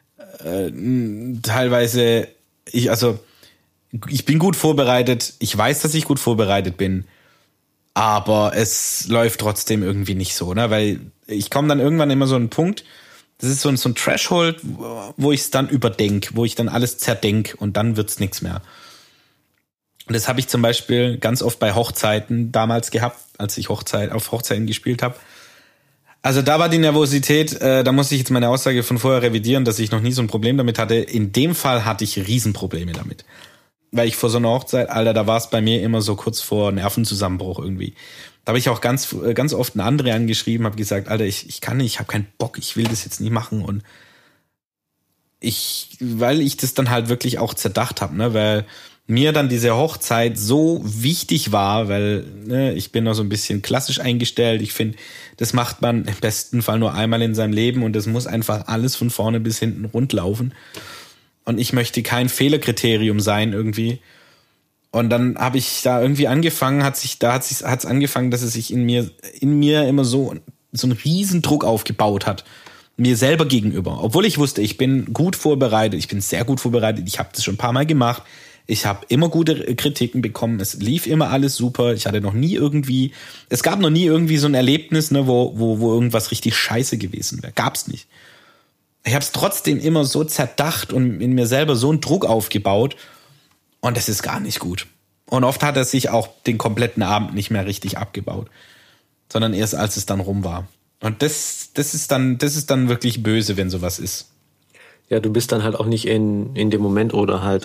teilweise, ich bin gut vorbereitet, ich weiß, dass ich gut vorbereitet bin, aber es läuft trotzdem irgendwie nicht so, ne? Weil ich komme dann irgendwann immer so an einen Punkt, das ist so ein Threshold, wo ich es dann überdenke, wo ich dann alles zerdenk und dann wird's nichts mehr. Und das habe ich zum Beispiel ganz oft bei Hochzeiten damals gehabt, als ich auf Hochzeiten gespielt habe. Also da war die Nervosität, da muss ich jetzt meine Aussage von vorher revidieren, dass ich noch nie so ein Problem damit hatte. In dem Fall hatte ich Riesenprobleme damit. Weil ich vor so einer Hochzeit, Alter, da war es bei mir immer so kurz vor Nervenzusammenbruch irgendwie. Da habe ich auch ganz oft eine andere angeschrieben, habe gesagt, Alter, ich kann nicht, ich habe keinen Bock, ich will das jetzt nicht machen. Und weil ich das dann halt wirklich auch zerdacht habe, ne, weil mir dann diese Hochzeit so wichtig war, weil ich bin noch so ein bisschen klassisch eingestellt. Ich finde, das macht man im besten Fall nur einmal in seinem Leben und das muss einfach alles von vorne bis hinten rund laufen. Und ich möchte kein Fehlerkriterium sein irgendwie. Und dann habe ich da irgendwie angefangen, hat's angefangen, dass es sich in mir immer so ein Riesendruck aufgebaut hat. Mir selber gegenüber. Obwohl ich wusste, ich bin gut vorbereitet, ich bin sehr gut vorbereitet, ich habe das schon ein paar Mal gemacht. Ich habe immer gute Kritiken bekommen. Es lief immer alles super. Es gab noch nie irgendwie so ein Erlebnis, ne, wo irgendwas richtig scheiße gewesen wäre. Gab's nicht. Ich habe es trotzdem immer so zerdacht und in mir selber so einen Druck aufgebaut. Und das ist gar nicht gut. Und oft hat er sich auch den kompletten Abend nicht mehr richtig abgebaut. Sondern erst als es dann rum war. Und das ist dann wirklich böse, wenn sowas ist. Ja, du bist dann halt auch nicht in dem Moment oder halt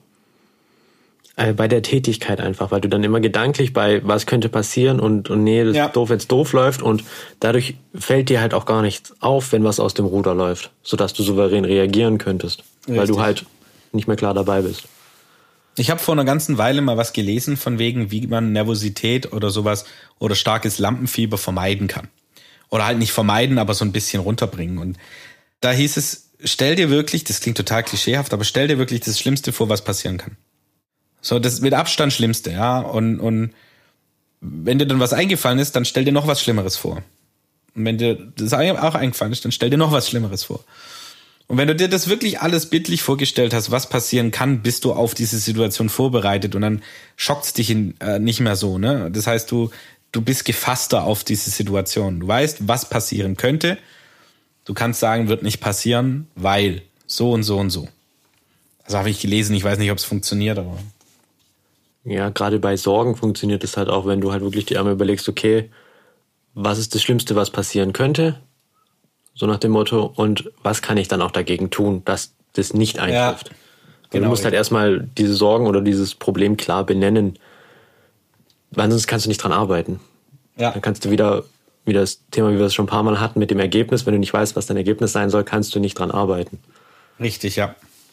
bei der Tätigkeit einfach, weil du dann immer gedanklich bei was könnte passieren und nee, das ist doof, wenn es doof läuft und dadurch fällt dir halt auch gar nichts auf, wenn was aus dem Ruder läuft, sodass du souverän reagieren könntest, richtig, weil du halt nicht mehr klar dabei bist. Ich habe vor einer ganzen Weile mal was gelesen von wegen, wie man Nervosität oder sowas oder starkes Lampenfieber vermeiden kann. Oder halt nicht vermeiden, aber so ein bisschen runterbringen. Und da hieß es, stell dir wirklich, das klingt total klischeehaft, aber stell dir wirklich das Schlimmste vor, was passieren kann. So, das mit Abstand Schlimmste, ja. Und wenn dir dann was eingefallen ist, dann stell dir noch was Schlimmeres vor. Und wenn dir das auch eingefallen ist, dann stell dir noch was Schlimmeres vor. Und wenn du dir das wirklich alles bildlich vorgestellt hast, was passieren kann, bist du auf diese Situation vorbereitet und dann schockt's dich nicht mehr so, ne? Das heißt, du bist gefasster auf diese Situation. Du weißt, was passieren könnte. Du kannst sagen, wird nicht passieren, weil so und so und so. Also habe ich gelesen, ich weiß nicht, ob es funktioniert, aber... Ja, gerade bei Sorgen funktioniert es halt auch, wenn du halt wirklich dir einmal überlegst, okay, was ist das Schlimmste, was passieren könnte? So nach dem Motto, und was kann ich dann auch dagegen tun, dass das nicht eintrifft? Ja, genau, du musst halt erstmal diese Sorgen oder dieses Problem klar benennen, weil sonst kannst du nicht dran arbeiten. Ja. Dann kannst du wieder das Thema, wie wir es schon ein paar Mal hatten, mit dem Ergebnis, wenn du nicht weißt, was dein Ergebnis sein soll, kannst du nicht dran arbeiten. Richtig, ja.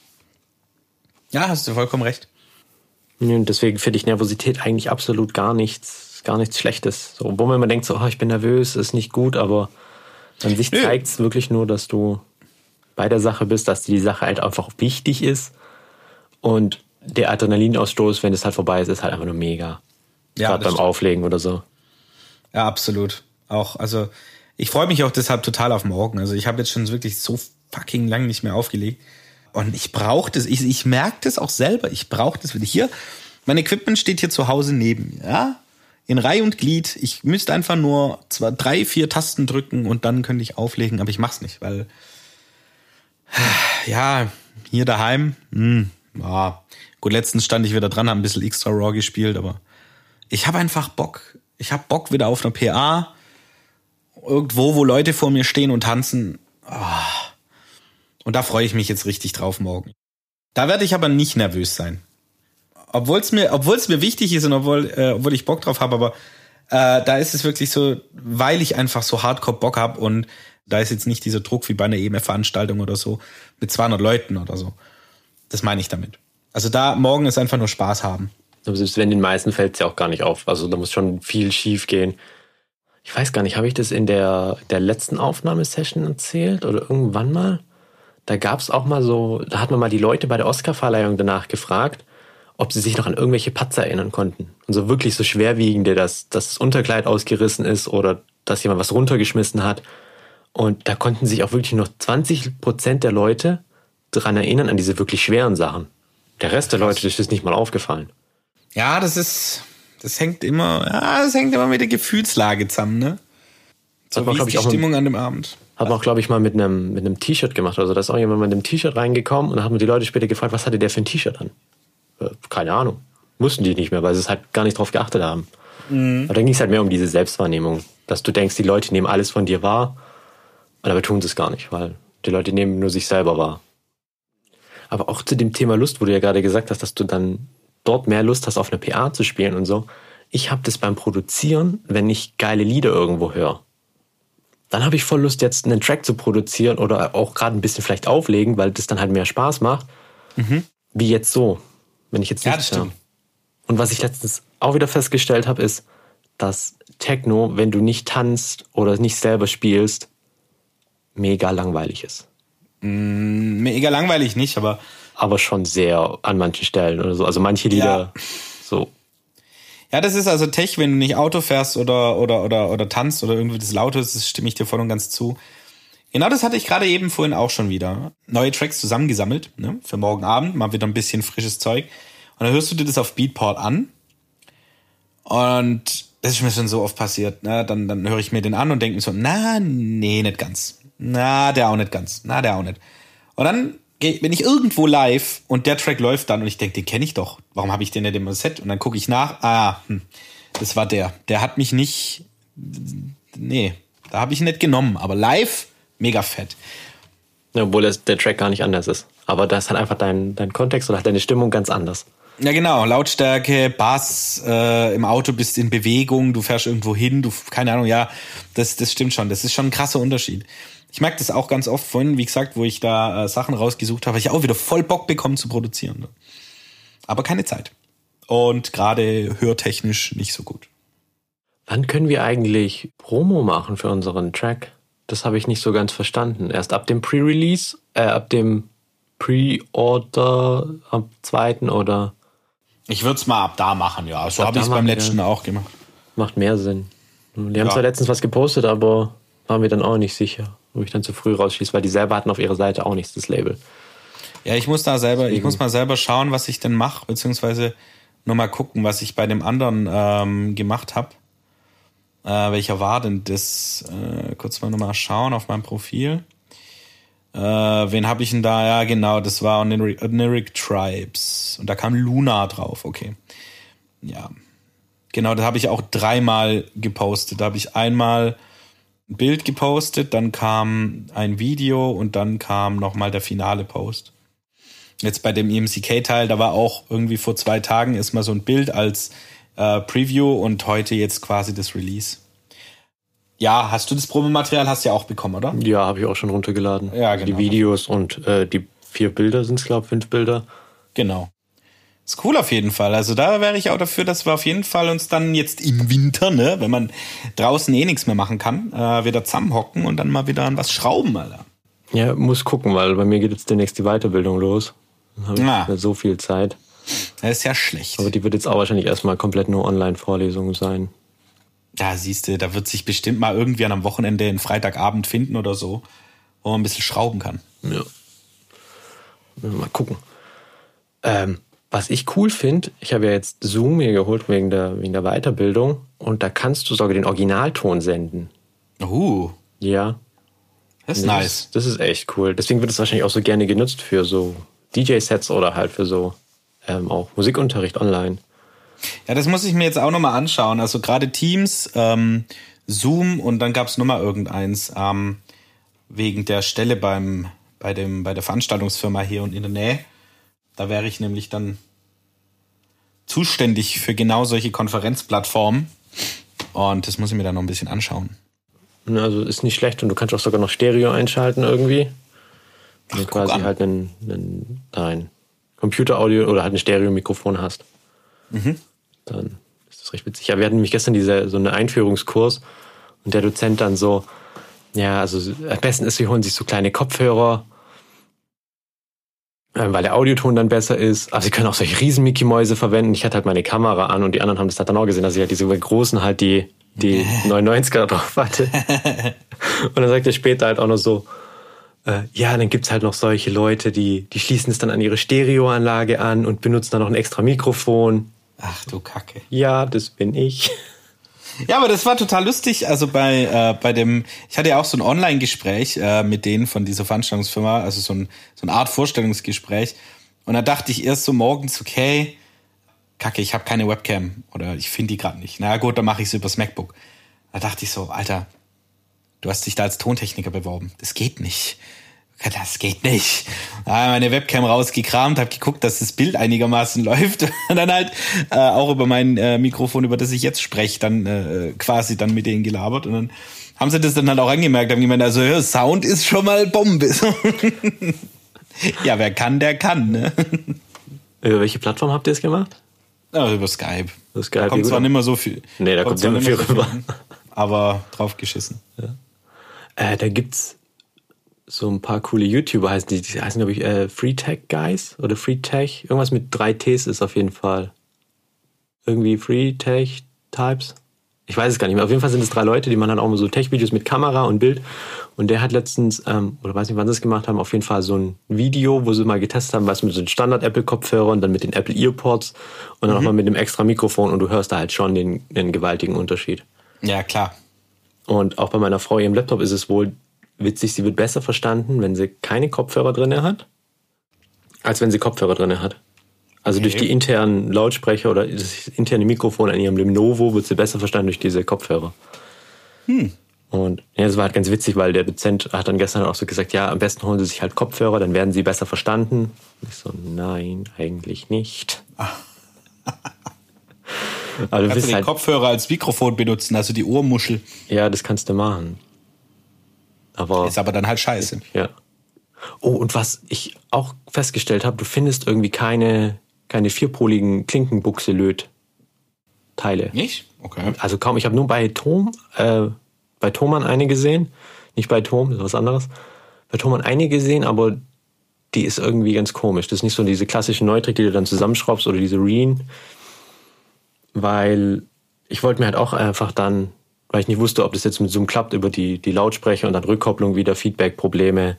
Ja, hast du vollkommen recht. Und deswegen finde ich Nervosität eigentlich absolut gar nichts Schlechtes. So, wo man immer denkt, so, ich bin nervös, ist nicht gut, aber an sich zeigt es wirklich nur, dass du bei der Sache bist, dass dir die Sache halt einfach wichtig ist und der Adrenalinausstoß, wenn es halt vorbei ist, ist halt einfach nur mega. Ja, gerade beim Auflegen oder so. Ja, absolut. Auch, also ich freue mich auch deshalb total auf morgen. Also ich habe jetzt schon wirklich so fucking lang nicht mehr aufgelegt. Und ich brauche das, ich merke das auch selber, ich brauche das wieder. Hier, mein Equipment steht hier zu Hause neben mir, ja? In Reihe und Glied. Ich müsste einfach nur 3, 4 Tasten drücken und dann könnte ich auflegen, aber ich mach's nicht, weil ja, hier daheim, gut, letztens stand ich wieder dran, habe ein bisschen extra Raw gespielt, aber ich habe einfach Bock. Ich habe Bock wieder auf einer PA, irgendwo, wo Leute vor mir stehen und tanzen. Und da freue ich mich jetzt richtig drauf morgen. Da werde ich aber nicht nervös sein. Obwohl es mir wichtig ist und obwohl ich Bock drauf habe, aber da ist es wirklich so, weil ich einfach so hardcore Bock habe und da ist jetzt nicht dieser Druck wie bei einer EMF-Veranstaltung oder so mit 200 Leuten oder so. Das meine ich damit. Also da morgen ist einfach nur Spaß haben. Aber selbst wenn den meisten fällt es ja auch gar nicht auf. Also da muss schon viel schief gehen. Ich weiß gar nicht, habe ich das in der letzten Aufnahmesession erzählt oder irgendwann mal? Da gab es auch mal so, da hat man mal die Leute bei der Oscarverleihung danach gefragt, ob sie sich noch an irgendwelche Patzer erinnern konnten. Und so wirklich so schwerwiegende, dass das Unterkleid ausgerissen ist oder dass jemand was runtergeschmissen hat. Und da konnten sich auch wirklich noch 20% der Leute dran erinnern, an diese wirklich schweren Sachen. Der Rest der Leute, das ist nicht mal aufgefallen. Ja, das hängt immer mit der Gefühlslage zusammen, ne? So wie ist die Stimmung an dem Abend. Hat man auch, glaube ich, mal mit einem T-Shirt gemacht. Also da ist auch jemand mit einem T-Shirt reingekommen und dann haben die Leute später gefragt, was hatte der für ein T-Shirt an? Keine Ahnung. Mussten die nicht mehr, weil sie es halt gar nicht drauf geachtet haben. Mhm. Aber dann ging es halt mehr um diese Selbstwahrnehmung, dass du denkst, die Leute nehmen alles von dir wahr, und dabei tun sie es gar nicht, weil die Leute nehmen nur sich selber wahr. Aber auch zu dem Thema Lust, wo du ja gerade gesagt hast, dass du dann dort mehr Lust hast, auf eine PA zu spielen und so. Ich habe das beim Produzieren, wenn ich geile Lieder irgendwo höre. dann habe ich voll Lust, jetzt einen Track zu produzieren oder auch gerade ein bisschen vielleicht auflegen, weil das dann halt mehr Spaß macht. Wie jetzt so, wenn ich jetzt Ja, nichts das höre. stimmt. Und was ich letztens auch wieder festgestellt habe, ist, dass Techno, wenn du nicht tanzt oder nicht selber spielst, mega langweilig ist. Mega langweilig nicht, Aber schon sehr an manchen Stellen oder so. Also manche Lieder so. ja, das ist also Tech, wenn du nicht Auto fährst oder tanzt oder irgendwie das laut ist, das stimme ich dir voll und ganz zu. Genau das hatte ich gerade eben vorhin auch schon wieder. Neue Tracks zusammengesammelt, ne, für morgen Abend, mal wieder ein bisschen frisches Zeug. Und dann hörst du dir das auf Beatport an. Und das ist mir schon so oft passiert, ne? Dann höre ich mir den an und denke mir so, nee, nicht ganz. Der auch nicht ganz. Der auch nicht. Und dann bin ich irgendwo live und der Track läuft dann und ich denke, den kenne ich doch. Warum habe ich den nicht im Set? Und dann gucke ich nach, das war der. Der hat mich nicht, da habe ich ihn nicht genommen. Aber live, mega fett. Obwohl der Track gar nicht anders ist. Aber da ist halt einfach dein Kontext oder halt deine Stimmung ganz anders. Ja, genau. Lautstärke, Bass, im Auto bist in Bewegung, du fährst irgendwo hin, keine Ahnung, ja, das stimmt schon. Das ist schon ein krasser Unterschied. Ich merke das auch ganz oft vorhin, wie gesagt, wo ich da Sachen rausgesucht habe, ich auch wieder voll Bock bekommen zu produzieren. Ne? Aber keine Zeit. Und gerade hörtechnisch nicht so gut. Wann können wir eigentlich Promo machen für unseren Track? Das habe ich nicht so ganz verstanden. Erst ab dem Pre-Release, ab dem Pre-Order am 2. oder? Ich würde es mal ab da machen, ja. So habe ich es beim letzten auch gemacht. Macht mehr Sinn. Die haben zwar letztens was gepostet, aber waren wir dann auch nicht sicher, ob ich dann zu früh rausschieße, weil die selber hatten auf ihrer Seite auch nichts, das Label. Ja, ich muss mal selber schauen, was ich denn mache, beziehungsweise nur mal gucken, was ich bei dem anderen gemacht habe. Welcher war denn das? Kurz mal nochmal schauen auf meinem Profil. Wen habe ich denn da? Ja, genau, das war Oniric Tribes. Und da kam Luna drauf, okay. Ja. Genau, da habe ich auch 3-mal gepostet. Da habe ich einmal ein Bild gepostet, dann kam ein Video und dann kam nochmal der finale Post. Jetzt bei dem EMCK-Teil, da war auch irgendwie vor 2 Tagen ist mal so ein Bild als Preview und heute jetzt quasi das Release. Ja, hast du das Promomaterial hast du ja auch bekommen, oder? Ja, habe ich auch schon runtergeladen. Ja, genau. Die Videos und die 4 Bilder sind es, glaube ich, 5 Bilder. Genau. Ist cool auf jeden Fall. Also da wäre ich auch dafür, dass wir auf jeden Fall uns dann jetzt im Winter, ne, wenn man draußen nichts mehr machen kann, wieder zusammenhocken und dann mal wieder an was schrauben, Alter. Ja, muss gucken, weil bei mir geht jetzt demnächst die Weiterbildung los. Dann habe ich nicht so viel Zeit. Das ist ja schlecht. Aber die wird jetzt auch wahrscheinlich erstmal komplett nur Online-Vorlesungen sein. Da siehst du, da wird sich bestimmt mal irgendwie an einem Wochenende einen Freitagabend finden oder so, wo man ein bisschen schrauben kann. Ja. Mal gucken. Was ich cool finde, ich habe ja jetzt Zoom mir geholt wegen der Weiterbildung und da kannst du sogar den Originalton senden. Ja. Das ist nice. Das ist echt cool. Deswegen wird es wahrscheinlich auch so gerne genutzt für so DJ-Sets oder halt für so auch Musikunterricht online. Ja, das muss ich mir jetzt auch nochmal anschauen. Also gerade Teams, Zoom und dann gab es nochmal irgendeins wegen der Stelle bei der Veranstaltungsfirma hier und in der Nähe. Da wäre ich nämlich dann zuständig für genau solche Konferenzplattformen. Und das muss ich mir dann noch ein bisschen anschauen. Also ist nicht schlecht und du kannst auch sogar noch Stereo einschalten irgendwie. Wenn du quasi halt ein Computeraudio oder halt ein Stereo-Mikrofon hast. Dann ist das recht witzig. Ja, wir hatten nämlich gestern so einen Einführungskurs und der Dozent dann so, ja, also am besten ist, wir holen sich so kleine Kopfhörer, weil der Audioton dann besser ist. Aber sie können auch solche riesen Mickey-Mäuse verwenden. Ich hatte halt meine Kamera an und die anderen haben das dann auch gesehen, dass ich halt diese großen halt die 99er drauf hatte. Und dann sagt er später halt auch noch so, ja, dann gibt's halt noch solche Leute, die schließen es dann an ihre Stereoanlage an und benutzen dann noch ein extra Mikrofon. Ach du Kacke. Ja, das bin ich. Ja, aber das war total lustig. Also ich hatte ja auch so ein Online-Gespräch mit denen von dieser Veranstaltungsfirma, also so eine Art Vorstellungsgespräch. Und da dachte ich erst so morgens, okay, Kacke, ich habe keine Webcam oder ich finde die gerade nicht. Na gut, dann mache ich es übers MacBook. Da dachte ich so, Alter, du hast dich da als Tontechniker beworben. Das geht nicht. Das geht nicht. Meine Webcam rausgekramt, habe geguckt, dass das Bild einigermaßen läuft und dann halt auch über mein Mikrofon, über das ich jetzt spreche, dann quasi dann mit denen gelabert und dann haben sie das dann halt auch angemerkt, haben gemeint, also ja, Sound ist schon mal Bombe. Ja, wer kann, der kann, ne? Über welche Plattform habt ihr es gemacht? Ja, über Skype. Über Skype, da kommt zwar nicht mehr so viel. Nee, da kommt nicht mehr viel rüber. Aber drauf geschissen. Ja. Da gibt's so ein paar coole YouTuber, heißen die heißen, glaube ich, Free Tech Guys oder Free Tech. Irgendwas mit 3 Ts ist auf jeden Fall. Irgendwie Free Tech Types. Ich weiß es gar nicht mehr. Auf jeden Fall sind es 3 Leute, die machen dann auch mal so Tech-Videos mit Kamera und Bild. Und der hat letztens, oder weiß nicht, wann sie es gemacht haben, auf jeden Fall so ein Video, wo sie mal getestet haben, was mit so den Standard-Apple-Kopfhörern, dann mit den Apple Earpods und dann nochmal mit dem extra Mikrofon und du hörst da halt schon den gewaltigen Unterschied. Ja, klar. Und auch bei meiner Frau ihrem Laptop ist es wohl witzig, sie wird besser verstanden, wenn sie keine Kopfhörer drin hat, als wenn sie Kopfhörer drin hat. Also durch die internen Lautsprecher oder das interne Mikrofon an ihrem Lenovo wird sie besser verstanden durch diese Kopfhörer. Und ja, das war halt ganz witzig, weil der Dozent hat dann gestern auch so gesagt, ja, am besten holen Sie sich halt Kopfhörer, dann werden Sie besser verstanden. Und ich so, nein, eigentlich nicht. Also kannst du den Kopfhörer als Mikrofon benutzen, also die Ohrmuschel. Ja, das kannst du machen. Ist aber dann halt scheiße. Ja. Oh, und was ich auch festgestellt habe, du findest irgendwie keine 4-poligen Klinkenbuchse-Löt-Teile. Nicht? Okay. Also kaum, ich habe nur bei Thomann eine gesehen. Nicht bei Tom, das ist was anderes. Bei Thomann eine gesehen, aber die ist irgendwie ganz komisch. Das ist nicht so diese klassischen Neutrik, die du dann zusammenschraubst oder diese Reen. Weil ich wollte mir halt auch einfach dann, weil ich nicht wusste, ob das jetzt mit Zoom klappt, über die Lautsprecher und dann Rückkopplung wieder, Feedback-Probleme.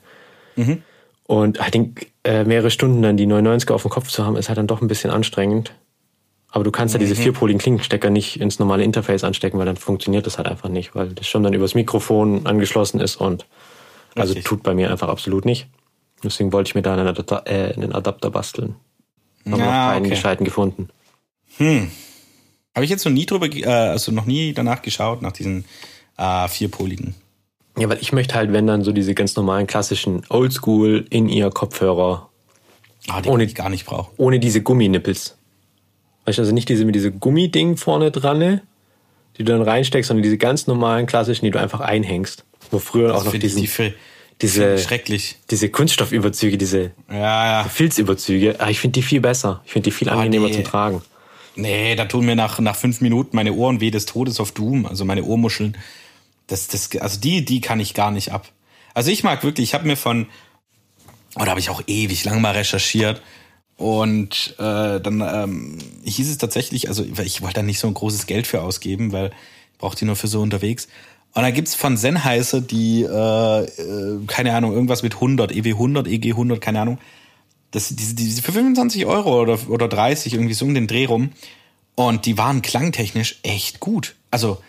Und ich denke, mehrere Stunden dann die 99er auf dem Kopf zu haben, ist halt dann doch ein bisschen anstrengend. Aber du kannst ja diese 4-poligen Klinkenstecker nicht ins normale Interface anstecken, weil dann funktioniert das halt einfach nicht, weil das schon dann übers Mikrofon angeschlossen ist und also tut bei mir einfach absolut nicht. Deswegen wollte ich mir da einen Adapter basteln. Aber noch keinen gescheiten gefunden. Habe ich jetzt noch nie noch nie danach geschaut, nach diesen 4-poligen. Ja, weil ich möchte halt, wenn dann so diese ganz normalen klassischen Oldschool In-Ear-Kopfhörer. Die ich gar nicht brauche. Ohne diese Gumminippels. Weißt du, also nicht diese mit diese Gummiding vorne dran, die du dann reinsteckst, sondern diese ganz normalen klassischen, die du einfach einhängst. Wo früher auch noch diese schrecklich. Diese Kunststoffüberzüge, diese Filzüberzüge. Ich finde die viel besser. Ich finde die viel angenehmer zum Tragen. Nee, da tun mir nach 5 Minuten meine Ohren weh des Todes auf Doom, also meine Ohrmuscheln. Also die kann ich gar nicht ab. Also ich mag wirklich, ich habe mir habe ich auch ewig lang mal recherchiert und dann hieß es tatsächlich, also ich wollte da nicht so ein großes Geld für ausgeben, weil ich brauche die nur für so unterwegs. Und da gibt's von Sennheiser die, keine Ahnung, irgendwas mit 100, EW 100, EG 100, keine Ahnung. Diese für 25 Euro oder 30, irgendwie so um den Dreh rum. Und die waren klangtechnisch echt gut. Also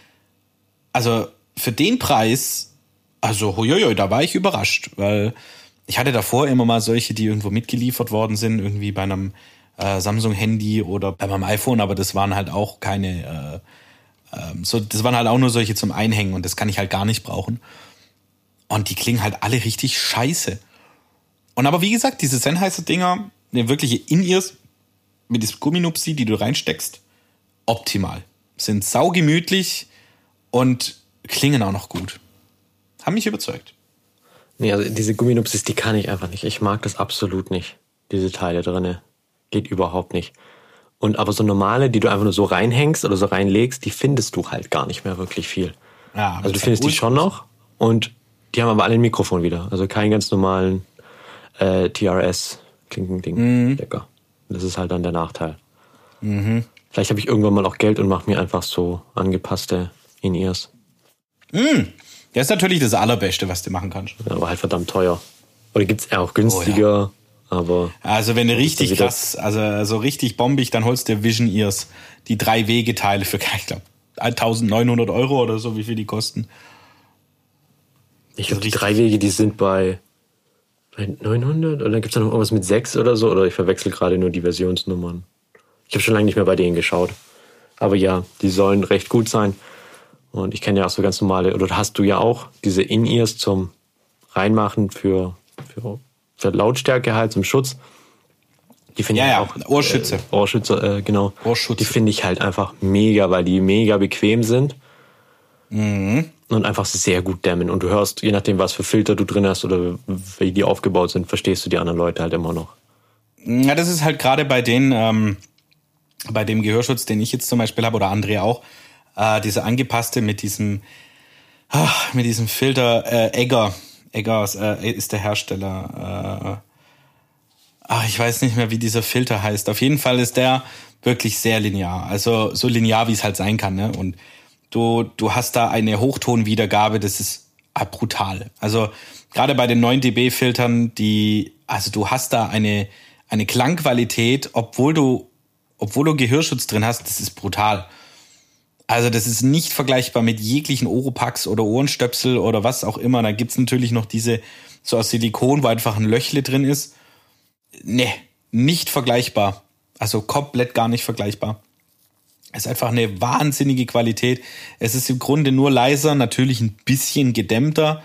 für den Preis, also da war ich überrascht, weil ich hatte davor immer mal solche, die irgendwo mitgeliefert worden sind, irgendwie bei einem Samsung-Handy oder bei meinem iPhone, aber das waren halt auch keine, das waren halt auch nur solche zum Einhängen und das kann ich halt gar nicht brauchen. Und die klingen halt alle richtig scheiße. Und aber wie gesagt, diese Sennheiser-Dinger, eine wirkliche In-Ears mit diesem Gumminupsi, die du reinsteckst, optimal. Sind saugemütlich und klingen auch noch gut. Haben mich überzeugt. Nee, also diese Gumminupsis, die kann ich einfach nicht. Ich mag das absolut nicht. Diese Teile drinne. Geht überhaupt nicht. Und aber so normale, die du einfach nur so reinhängst oder so reinlegst, die findest du halt gar nicht mehr wirklich viel. Ja, also du findest die schon noch und die haben aber alle ein Mikrofon wieder. Also keinen ganz normalen TRS-Klinken-Ding-Stecker. Das ist halt dann der Nachteil. Vielleicht habe ich irgendwann mal auch Geld und mache mir einfach so angepasste In-Ears. Das ist natürlich das Allerbeste, was du machen kannst. Ja, aber halt verdammt teuer. Oder gibt's auch günstiger, aber... Also wenn du richtig krass, also richtig bombig, dann holst du Vision Ears. Die 3 Wegeteile für, ich glaube, 1.900 Euro oder so, wie viel die kosten. Ich glaube, die 3 Wege, die sind bei 900? Oder gibt's da noch irgendwas mit 6 oder so? Oder ich verwechsel gerade nur die Versionsnummern. Ich habe schon lange nicht mehr bei denen geschaut. Aber ja, die sollen recht gut sein. Und ich kenne ja auch so ganz normale, oder hast du ja auch diese In-Ears zum Reinmachen für für Lautstärke halt zum Schutz. Die finde ich auch. Ohrschütze. Ohrschütze, genau. Ohrschutz. Die finde ich halt einfach mega, weil die mega bequem sind. Mhm. Und einfach sehr gut dämmen. Und du hörst, je nachdem, was für Filter du drin hast oder wie die aufgebaut sind, verstehst du die anderen Leute halt immer noch. Ja, das ist halt gerade bei bei dem Gehörschutz, den ich jetzt zum Beispiel habe, oder André auch, diese angepasste mit diesem Filter, Egger ist der Hersteller. Ich weiß nicht mehr, wie dieser Filter heißt. Auf jeden Fall ist der wirklich sehr linear. Also so linear, wie es halt sein kann. Ne? Und du hast da eine Hochtonwiedergabe, das ist brutal. Also gerade bei den 9 dB-Filtern, du hast da eine Klangqualität, obwohl du Gehörschutz drin hast, das ist brutal. Also das ist nicht vergleichbar mit jeglichen Oropax oder Ohrenstöpsel oder was auch immer. Da gibt's natürlich noch diese so aus Silikon, wo einfach ein Löchle drin ist. Nee, nicht vergleichbar. Also komplett gar nicht vergleichbar. Es ist einfach eine wahnsinnige Qualität. Es ist im Grunde nur leiser, natürlich ein bisschen gedämpfter,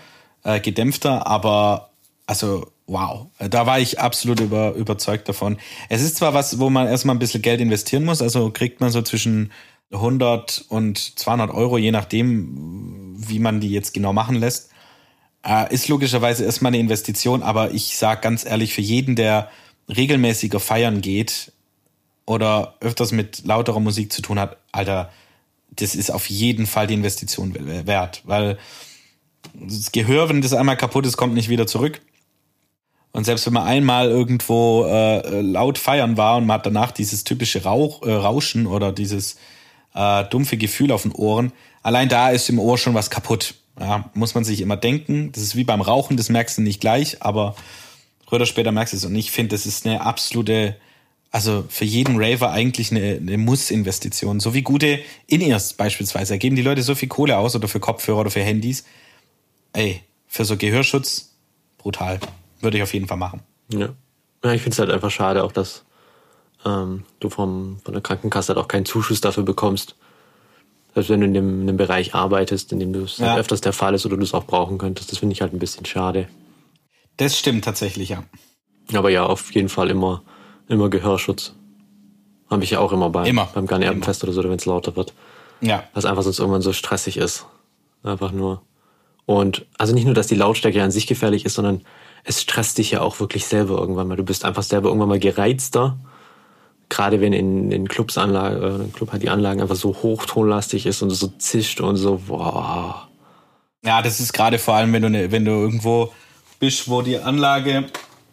aber also wow, da war ich absolut überzeugt davon. Es ist zwar was, wo man erstmal ein bisschen Geld investieren muss, also kriegt man so zwischen 100 und 200 Euro, je nachdem, wie man die jetzt genau machen lässt. Ist logischerweise erstmal eine Investition, aber ich sag ganz ehrlich, für jeden, der regelmäßiger feiern geht oder öfters mit lauterer Musik zu tun hat, Alter, das ist auf jeden Fall die Investition wert, weil das Gehör, wenn das einmal kaputt ist, kommt nicht wieder zurück. Und selbst wenn man einmal irgendwo laut feiern war und man hat danach dieses typische Rauschen oder dieses dumpfe Gefühl auf den Ohren, allein da ist im Ohr schon was kaputt. Ja, muss man sich immer denken. Das ist wie beim Rauchen, das merkst du nicht gleich, aber früher oder später merkst du es. Und ich finde, das ist eine absolute, also für jeden Raver eigentlich eine Muss-Investition. So wie gute In-Ears beispielsweise. Da geben die Leute so viel Kohle aus oder für Kopfhörer oder für Handys. Ey, für so Gehörschutz, brutal. Würde ich auf jeden Fall machen. Ja, ich finde es halt einfach schade, auch dass du von der Krankenkasse halt auch keinen Zuschuss dafür bekommst. Selbst wenn du in dem Bereich arbeitest, in dem das halt öfters der Fall ist oder du es auch brauchen könntest. Das finde ich halt ein bisschen schade. Das stimmt tatsächlich, ja. Aber ja, auf jeden Fall immer Gehörschutz. Habe ich ja auch immer beim Garnerenfest oder so, wenn es lauter wird. Ja. Was einfach sonst irgendwann so stressig ist. Einfach nur. Und also nicht nur, dass die Lautstärke an sich gefährlich ist, sondern es stresst dich ja auch wirklich selber irgendwann mal. Du bist einfach selber irgendwann mal gereizter. Gerade wenn in Club halt die Anlagen einfach so hochtonlastig ist und so zischt und so, boah. Ja, das ist gerade vor allem, wenn du irgendwo bist, wo die Anlage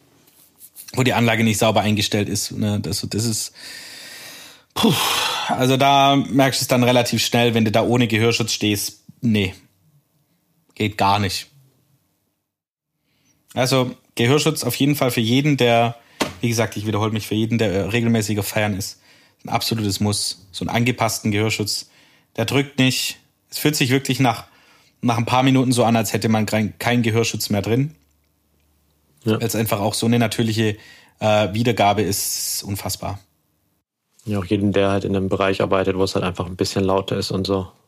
nicht sauber eingestellt ist. Ne? Das ist, also da merkst du es dann relativ schnell, wenn du da ohne Gehörschutz stehst. Nee, geht gar nicht. Also Gehörschutz auf jeden Fall für jeden, der, wie gesagt, ich wiederhole mich, für jeden, der regelmäßiger feiern ist. Ein absolutes Muss. So einen angepassten Gehörschutz. Der drückt nicht. Es fühlt sich wirklich nach ein paar Minuten so an, als hätte man keinen Gehörschutz mehr drin. Ja. Weil es einfach auch so eine natürliche Wiedergabe ist, unfassbar. Ja, auch jeden, der halt in einem Bereich arbeitet, wo es halt einfach ein bisschen lauter ist und so.